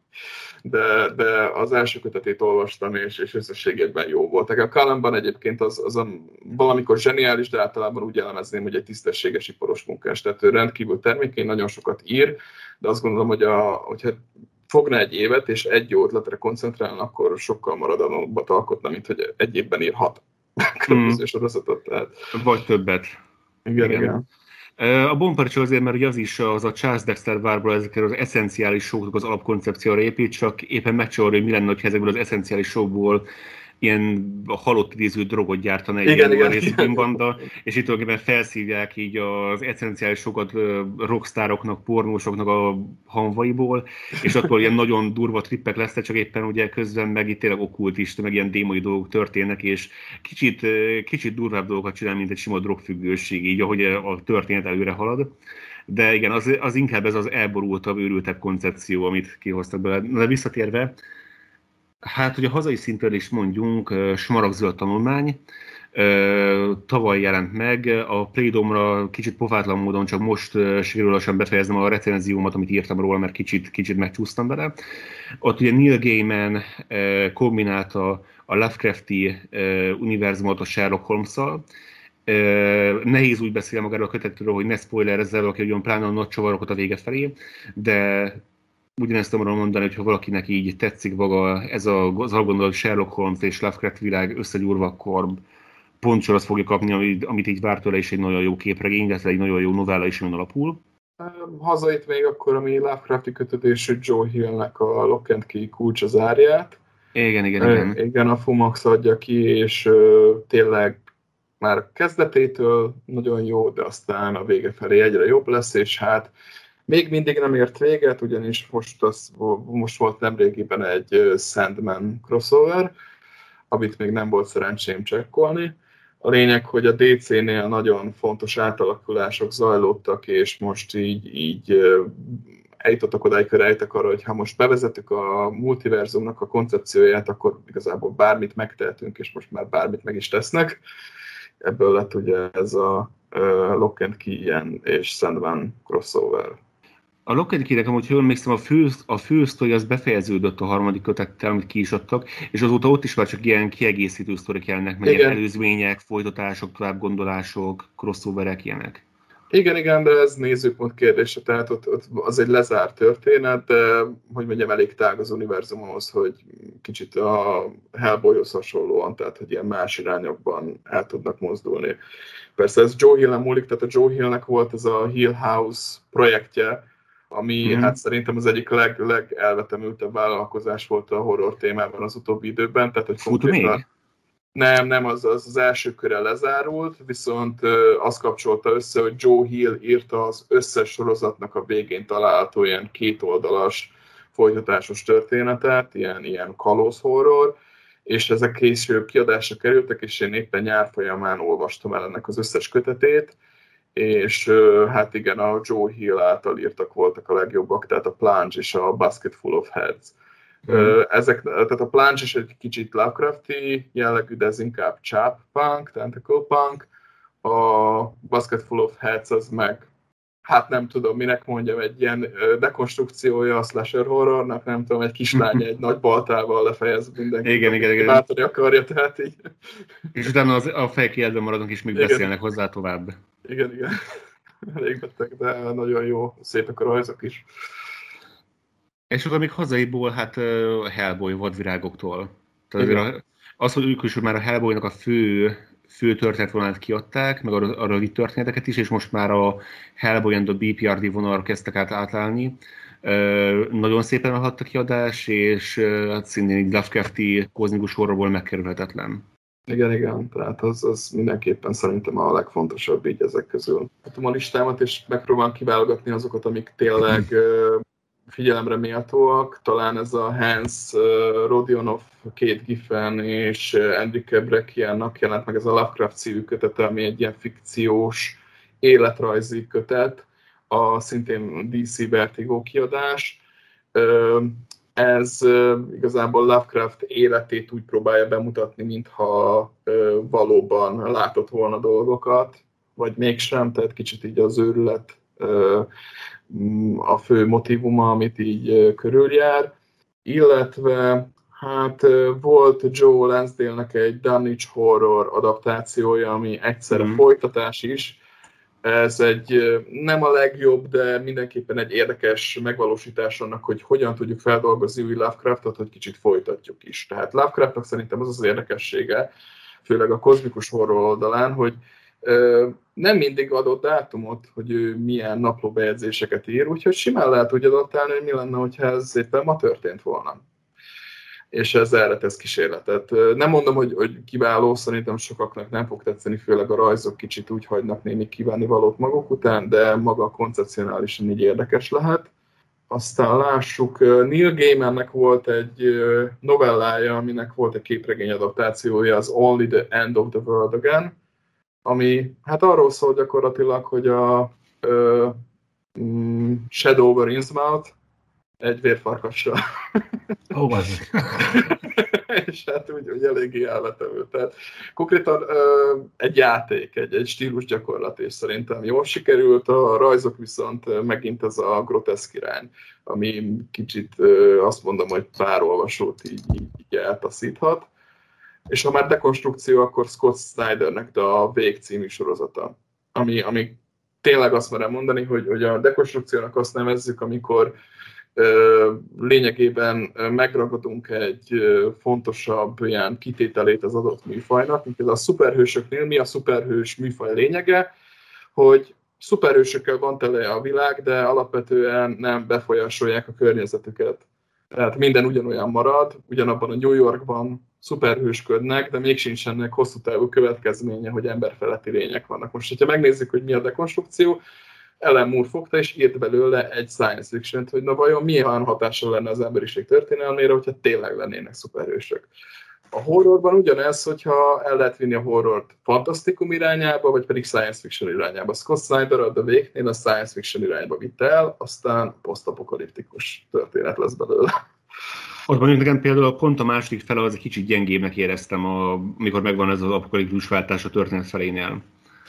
de az első kötetét olvastam, és összességében jó volt. A Cullenban egyébként az valamikor zseniális, de általában úgy elemezném, hogy egy tisztességes iparos munkás, tehát ő rendkívül termékeny, nagyon sokat ír, de azt gondolom, hogy hogyha fogna egy évet, és egy jó ötletre koncentrálna, akkor sokkal maradalombat alkotna, mint hogy egy évben ír 6 különböző sorozatot. Tehát... Vagy többet. Igen. A Bonparcsa azért, mert ugye az a Charles Dexter várból ezekkel az eszenciális soknak az alapkoncepcióra épít, csak éppen megcsavarja, hogy mi lenne, ha ezekből az eszenciális sokból ilyen halott idéző drogot gyártana egy ilyen részbanda, és itt tulajdonképpen felszívják így az eszenciális sokat rockstároknak, pornósoknak a hanvaiból, és akkor ilyen nagyon durva trippek lesznek, csak éppen ugye közben meg itt tényleg okkultista, meg ilyen démoni dolgok történnek, és kicsit durvább dolgokat csinál, mint egy sima drogfüggőség, így ahogy a történet előre halad. De igen, az inkább ez az elborultabb, őrültebb koncepció, amit kihoztak belőle. De visszatérve, hát, hogy a hazai szintről is mondjunk, Smaragdzöld tanulmány, tavaly jelent meg, a Playdome-ra kicsit pofátlan módon csak most sikerül lassan befejeznem a recenziómat, amit írtam róla, mert kicsit megcsúsztam vele. Ott ugye Neil Gaiman kombinálta a Lovecrafti univerzumot a Sherlock Holmes-szal. Nehéz úgy beszél magáról a kötetről, hogy ne spoilerezzel, aki ugyan pláne a nagy csavarokat a vége felé, de ugyanezt tudom mondani, hogy ha valakinek így tetszik maga ez az algondolat Sherlock Holmes és Lovecraft világ összegyúrva, akkor pontsor azt fogja kapni, amit így vár tőle, és egy nagyon jó képregény, illetve egy nagyon jó novella is jön alapul. Hazait még akkor, ami Lovecrafti kötetésű Joe Hill-nek a Lock and Key kulcs az árját. Igen. Igen, a Fumax adja ki, és tényleg már kezdetétől nagyon jó, de aztán a vége felé egyre jobb lesz, és hát még mindig nem ért véget, ugyanis most volt nemrégiben egy Sandman crossover, amit még nem volt szerencsém csekkolni. A lényeg, hogy a DC-nél nagyon fontos átalakulások zajlottak, és most így eljutottak odáig, hogy rejtek arra, hogy ha most bevezetük a multiverzumnak a koncepcióját, akkor igazából bármit megtehetünk, és most már bármit meg is tesznek. Ebből lett ugye ez a Lock and Key és Sandman crossover. A Lock and Key-nek, amúgy jól emlékszem, a fő sztori az befejeződött a harmadik kötettel, amit ki is adtak, és azóta ott is már csak ilyen kiegészítő sztorik jelennek, meg ilyen előzmények, folytatások, továbbgondolások, crossoverek, ilyenek. Igen, de ez nézőpont kérdése, tehát ott az egy lezárt történet, de hogy mondjam, elég tág az univerzum ahhoz, hogy kicsit a Hellboyhoz hasonlóan, tehát hogy ilyen más irányokban el tudnak mozdulni. Persze ez Joe Hill-en múlik, tehát a Joe Hill-nek volt ez a Hill House projektje, ami hát szerintem az egyik legelvetemültebb vállalkozás volt a horror témában az utóbbi időben. Tehát, hogy konkrétan... Nem, az első köre lezárult, viszont azt kapcsolta össze, hogy Joe Hill írta az összes sorozatnak a végén található ilyen kétoldalas folytatásos történetet, ilyen kalóz horror, és ezek később kiadásra kerültek, és én éppen nyár folyamán olvastam el ennek az összes kötetét, és hát igen, a Joe Hill által írtak voltak a legjobbak, tehát a Plunge és a Basket Full of Heads. Tehát a Plunge is egy kicsit Lovecrafti jellegű, de ez inkább chap punk, tentacle punk. A Basket Full of Heads az meg, hát nem tudom, minek mondjam, egy ilyen dekonstrukciója a slasher horrornak, nem tudom, egy kislány egy nagy baltával lefejez mindenki. Igen. Látni akarja, tehát így. És utána a fejkijelben maradnak, és még beszélnek hozzá tovább. Igen. Elég beteg, de nagyon jó, szépek a rajzok is. És akkor még hazaiból, hát a Hellboy vadvirágoktól. Tehát az, hogy ők is már a Hellboynak a fő történetvonalát kiadták, meg a rövid történeteket is, és most már a Hellboy and the BPRD vonalra kezdtek átállni. Nagyon szépen adta kiadás, és hát szintén így Lovecrafti kozmikus horrorból megkerülhetetlen. Igen, tehát az mindenképpen szerintem a legfontosabb így ezek közül. Hatom a listámat, és megpróbálom kiválogatni azokat, amik tényleg figyelemre méltóak. Talán ez a Hans Rodionov, Kate Giffen és Enrique Breccianak jelent meg ez a Lovecraft című kötete, ami egy ilyen fikciós életrajzi kötet, a szintén DC Vertigo kiadás. Ez igazából Lovecraft életét úgy próbálja bemutatni, mintha valóban látott volna dolgokat, vagy mégsem, tehát kicsit így az őrület a fő motívuma, amit így körüljár, illetve hát volt Joe Lansdale-nek egy Dunwich Horror adaptációja, ami egyszerre folytatás is. Ez egy nem a legjobb, de mindenképpen egy érdekes megvalósítás annak, hogy hogyan tudjuk feldolgozni új Lovecraftot, hogy kicsit folytatjuk is. Tehát Lovecraftnak szerintem az érdekessége, főleg a kozmikus horror oldalán, hogy nem mindig adott dátumot, hogy ő milyen naplóbejegyzéseket ír, úgyhogy simán lehet úgy adaptálni, hogy mi lenne, hogyha ez éppen ma történt volna. És ez erre tesz kísérletet. Nem mondom, hogy kiváló, szerintem sokaknak nem fog tetszeni, főleg a rajzok kicsit úgy hagynak némi kívánnivalót maguk után, de maga koncepcionálisan így érdekes lehet. Aztán lássuk, Neil Gaimannek volt egy novellája, aminek volt egy képregény adaptációja, az Only the End of the World Again, ami hát arról szól gyakorlatilag, hogy a Shadow over Innsmouth egy vérfarkassal. És hát úgy eléggé elvetevő. Tehát konkrétan egy játék, egy stílusgyakorlat, és szerintem jól sikerült, a rajzok viszont megint ez a groteszk irány, ami kicsit azt mondom, hogy pár olvasót így eltaszíthat. És ha már dekonstrukció, akkor Scott Snydernek a Vég című sorozata, ami tényleg azt merem mondani, hogy a dekonstrukciónak azt nevezzük, amikor lényegében megragadunk egy fontosabb ilyen kitételét az adott műfajnak, mint például a szuperhősöknél mi a szuperhős műfaj lényege, hogy szuperhősökkel van tele a világ, de alapvetően nem befolyásolják a környezetüket. Tehát minden ugyanolyan marad, ugyanabban a New Yorkban szuperhősködnek, de még sincsenek hosszú távú következménye, hogy emberfeletti lények vannak. Most, hogyha megnézzük, hogy mi a dekonstrukció, Alan Moore fogta és írt belőle egy science fiction-t, hogy na vajon milyen hatással lenne az emberiség történelmére, hogyha tényleg lennének szuperhősök. A horrorban ugyanez, hogyha el lehet vinni a horrort fantasztikum irányába, vagy pedig science fiction irányába. Scott Snyder a The Wake-nél a science fiction irányba vitte el, aztán posztapokaliptikus történet lesz belőle. Ott mondjuk nekem például pont a második fele az egy kicsit gyengébbnek éreztem, amikor megvan ez az apokaliptikus váltás a történet felénél.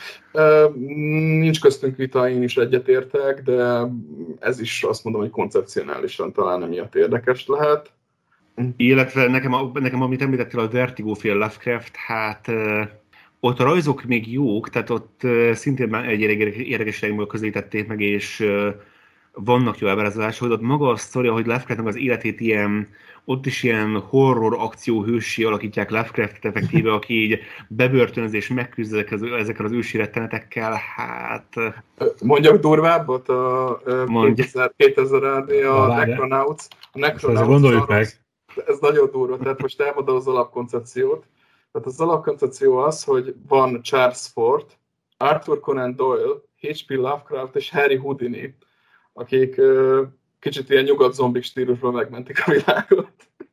Nincs köztünk vita, én is egyetértek, de ez is azt mondom, hogy koncepcionálisan talán emiatt érdekes lehet. Illetve nekem amit említettél, a Vertigo-féle Lovecraft, hát ott a rajzok még jók, tehát ott szintén már egy érdekes irányból közelítették meg, és vannak jó ábrázolások, hogy ott maga a sztoria, hogy Lovecraftnak az életét ott is ilyen horror akció hőssé alakítják Lovecraftet effektíve, aki így bebörtönöz és megküzd ezekkel az ősi rettenetekkel, hát... Mondjak durvábbot, a 2000-nél a Necronauts. Gondoljuk meg. Ez nagyon durva, tehát most elmondom az alapkoncepciót. Tehát az alapkoncepció az, hogy van Charles Fort, Arthur Conan Doyle, H.P. Lovecraft és Harry Houdini, akik kicsit ilyen nyugat zombik stílusban megmentik a világot.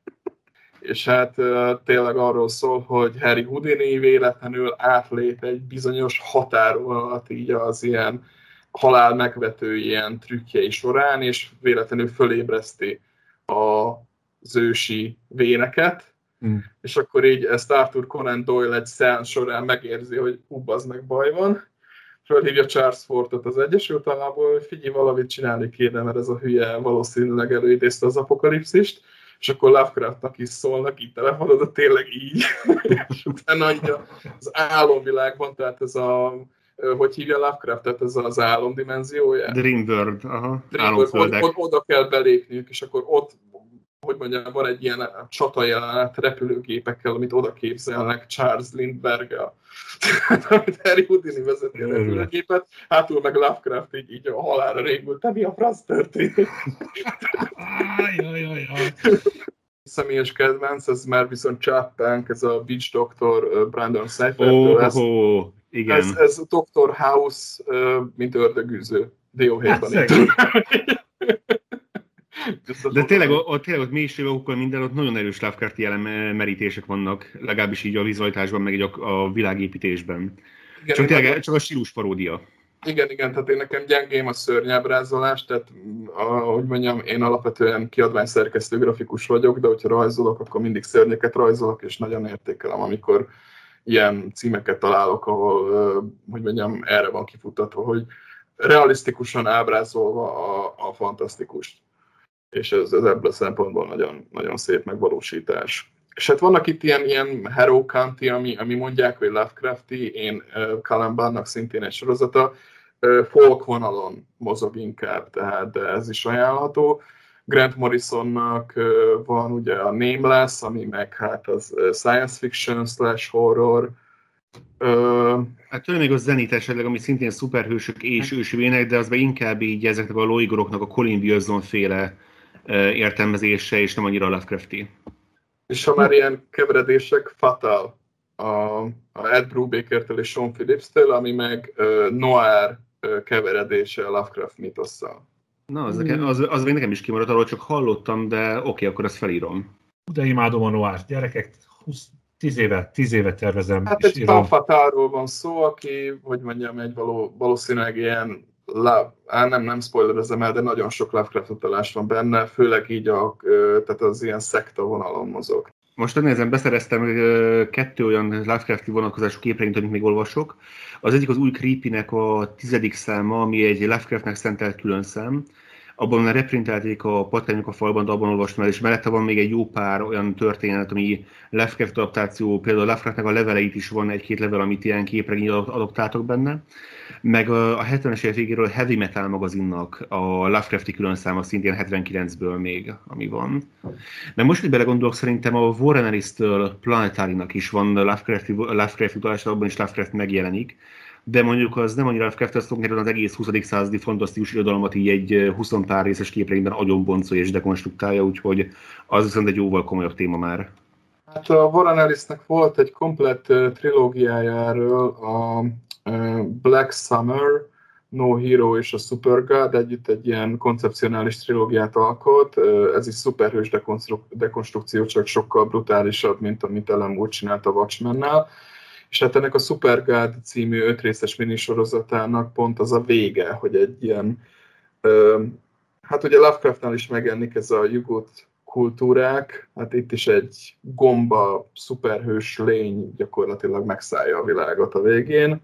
És hát tényleg arról szól, hogy Harry Houdini véletlenül átlép egy bizonyos határolat így az ilyen halál megvető ilyen trükkjei során, és véletlenül fölébreszti az ősi véneket, és akkor így ezt Arthur Conan Doyle egy szeánsz során megérzi, hogy az meg baj van, fölhívja Charles Fortot az Egyesült Államokból, hogy figyelj, valamit csinálni kéne, mert ez a hülye valószínűleg előidézte az apokalipszist, és akkor Lovecraftnak is szólnak, így telefonod, de tényleg így. És utána az álomvilágban, tehát ez a, hogy hívja Lovecraftet, ez az álomdimenziója? Dreamworld, oda kell belépniük, és akkor ott, hogy mondjam, van egy ilyen csatajelenet repülőgépekkel, amit oda képzelnek Charles Lindbergh-el. Amit Harry Houdini vezeti a repülőgépet, hátul meg Lovecraft így a halálra régült, te mi a frasz történik? Személyes kedvenc, ez már viszont Chaptank, ez a Beach Doctor Brandon Seifertől. Igen. Ez Dr. House, mint ördögűző. Dióhéjban. De tényleg ott mélységekkel minden, ott nagyon erős Lovecrafti merítések vannak, legalábbis így a vizualitásban, meg így a világépítésben. Igen, csak a stílus paródia. Igen, tehát én nekem gyengém a szörnyábrázolás, tehát ahogy mondjam, én alapvetően kiadványszerkesztő grafikus vagyok, de hogyha rajzolok, akkor mindig szörnyeket rajzolok, és nagyon értékelem, amikor ilyen címeket találok, ahol, hogy mondjam, erre van kifutatva, hogy realisztikusan ábrázolva a fantasztikust. És ez ebből a szempontból nagyon, nagyon szép megvalósítás. És hát vannak itt ilyen hero county, ami mondják, hogy Lovecrafti, én Cullen Bunnnak szintén egy sorozata, folk vonalon mozog inkább, tehát ez is ajánlható. Grant Morrisonnak van ugye a Nameless, ami meg hát az science fiction / horror. Hát tőle még a Zenith esetleg, ami szintén szuperhősök és ősvének, de az meg inkább így ezeknek a Loigoroknak a Colin Wilson féle értelmezése, és nem annyira Lovecrafti. És ha már ilyen keveredések, Fatal, a Ed Brubaker-től és Sean Phillips-től, ami meg noir keveredése a Lovecraft mitosszal. Na, az még nekem is kimaradt, arról csak hallottam, de oké, akkor ezt felírom. De imádom a noir gyerekek, 10 éve tervezem. Hát egy Fatalról van szó, aki, hogy mondjam, egy valószínűleg ilyen nem spoilerezem el, de nagyon sok Lovecraft utalás van benne, főleg így tehát az ilyen szekta vonalon mozog. Most nézem, beszereztem 2 olyan Lovecrafti vonatkozású képregényt, amit még olvasok. Az egyik az új Creepy-nek a 10. száma, ami egy Lovecraftnek szentelt külön szám. Abban reprintálték a Patkányok a falban, de abban olvastam el, és mellette van még egy jó pár olyan történet, ami Lovecraft adaptáció, például Lovecraftnek a leveleit is van, 1-2 level, amit ilyen képregény adaptáltak benne. Meg a 70-es évek végéről a Heavy Metal magazinnak a Lovecrafti külön száma szintén 79-ből még, ami van. Meg most, hogy belegondolok, szerintem a Warren Ellis-től Planetary-nak is van Lovecraft utalás, abban is Lovecraft megjelenik. De mondjuk az nem annyira Lovecraft, azt az egész 20. századi fantasztikus irodalmat így egy 20 pár részes képregényben agyonboncolja és dekonstruktálja, úgyhogy az viszont egy jóval komolyabb téma már. Hát a Warren Ellisnek volt egy komplett trilógiája erről, a Black Summer, No Hero és a Supergod együtt egy ilyen koncepcionális trilógiát alkot. Ez is szuperhős dekonstrukció, csak sokkal brutálisabb, mint amit Alan Moore csinált a Watchmen-nál. És hát ennek a Supergod című 5 részes minisorozatának pont az a vége, hogy egy ilyen, hát ugye Lovecraftnál is megjelenik ez a jugut kultúrák, hát itt is egy gomba, szuperhős lény gyakorlatilag megszállja a világot a végén.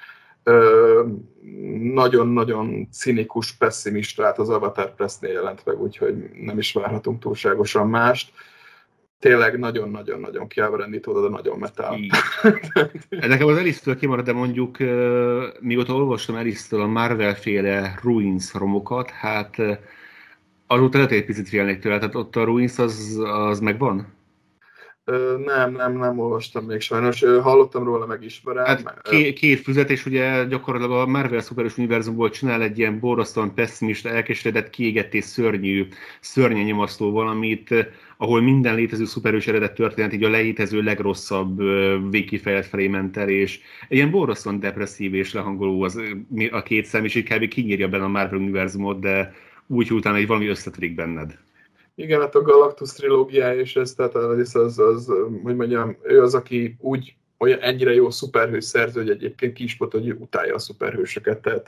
Nagyon-nagyon cinikus, pessimistát az Avatar Pressnél jelent meg, úgyhogy nem is várhatunk túlságosan mást. Tényleg nagyon-nagyon-nagyon kiábrándító, de nagyon metal. Nekem az Ellis-től kimarad, de mondjuk mióta olvastam Ellis-től a Marvel-féle Ruins romokat, hát azóta lehet egy picit félnék tőle, tehát ott a Ruins az megvan? Nem olvastam még sajnos. Hallottam róla, megismerem. Hát két füzet, és ugye gyakorlatilag a Marvel szuperhős univerzumból csinál egy ilyen borzasztóan pessimista, elkeseredett, kiégett és szörnyen nyomasztó valamit, ahol minden létező szuperhős eredet történet így a létező legrosszabb végkifejlet felé ment el, és egy ilyen borzasztóan depresszív és lehangoló a két szem, és így kb. Kinyírja benne a Marvel univerzumot, de úgy, hogy utána egy valami összetörik benned. Igen, hát a Galactus trilógiája és ez, tehát az, hogy mondjam, ő az, aki úgy olyan ennyire jó szuperhős szerző, hogy egyébként ki is volt, hogy utálja a szuperhősöket, tehát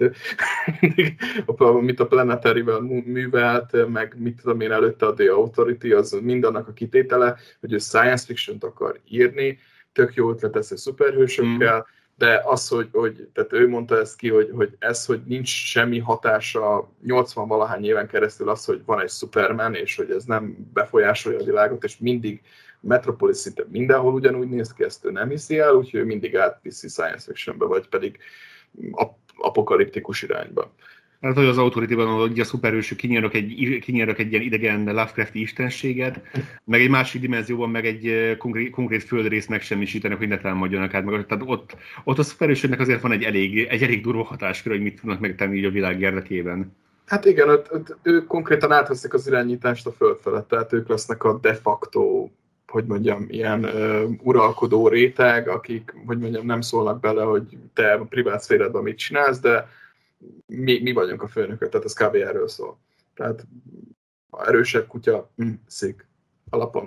amit a Planetary-vel művelt, meg mit tudom én előtte a The Authority, az mindannak a kitétele, hogy ő science fiction-t akar írni, tök jó ötlet ez a szuperhősökkel, de az, hogy tehát ő mondta ezt ki, hogy nincs semmi hatása 80-valahány éven keresztül az, hogy van egy Superman, és hogy ez nem befolyásolja a világot, és mindig Metropolis szinte mindenhol ugyanúgy néz ki, ezt ő nem hiszi el, úgyhogy ő mindig átviszi science fictionbe, vagy pedig apokaliptikus irányba. Hát, hogy az Authority-ban, hogy a szuperhősök kinyírnak egy ilyen idegen Lovecrafti istenséget, meg egy másik dimenzióban meg egy konkrét földrészt megsemmisítenek, hogy ne támadjanak át. Tehát ott a szuperhősöknek azért van egy elég durva hatáskör, hogy mit tudnak megtenni így a világ érdekében. Hát igen, ők konkrétan átveszik az irányítást a föld felett, tehát ők lesznek a de facto, hogy mondjam, ilyen uralkodó réteg, akik, hogy mondjam, nem szólnak bele, hogy te a privát szféradban mit csinálsz, de mi vagyunk a főnökök, tehát ez kb. Erről szól. Tehát a erősebb kutya, szik, alapon.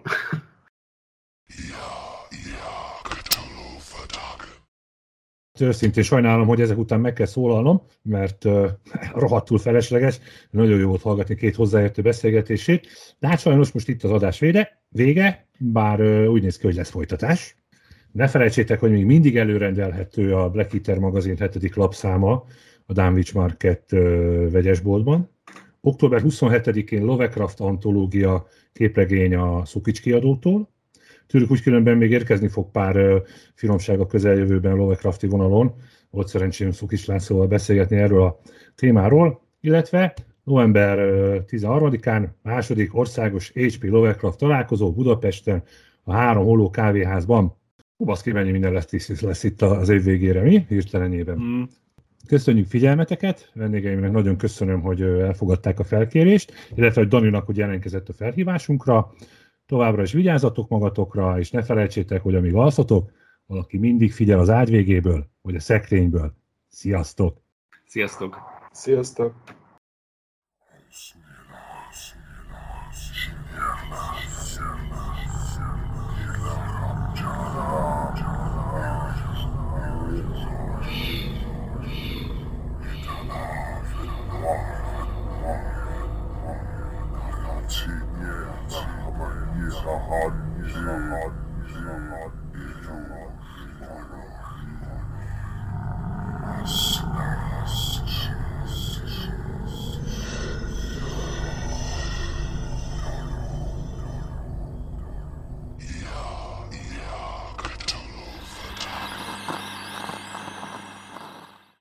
Őszintén sajnálom, hogy ezek után meg kell szólalnom, mert rohadtul felesleges, nagyon jó volt hallgatni két hozzáértő beszélgetését, de hát sajnos most itt az adás vége, bár úgy néz ki, hogy lesz folytatás. Ne felejtsétek, hogy még mindig előrendelhető a Black Eater magazin 7. lapszáma, a Dunwich Market vegyesboltban. Október 27-én Lovecraft antológia képregény a Szukics kiadótól. Tőlük úgy különben még érkezni fog pár finomság a közeljövőben Lovecrafti vonalon. Volt szerencsém Szukics Lászlóval beszélgetni erről a témáról, illetve november 13-án második országos H.P. Lovecraft találkozó Budapesten a 3 Holló kávéházban. Baszki, mennyi minden lesz itt az év végére, mi? Hirtelenében. Köszönjük figyelmeteket, vendégeimnek nagyon köszönöm, hogy elfogadták a felkérést, illetve hogy Daninak, hogy jelentkezett a felhívásunkra. Továbbra is vigyázzatok magatokra, és ne felejtsétek, hogy amíg alszatok, valaki mindig figyel az ágy végéből, vagy a szekrényből. Sziasztok! Sziasztok! Sziasztok! Wow.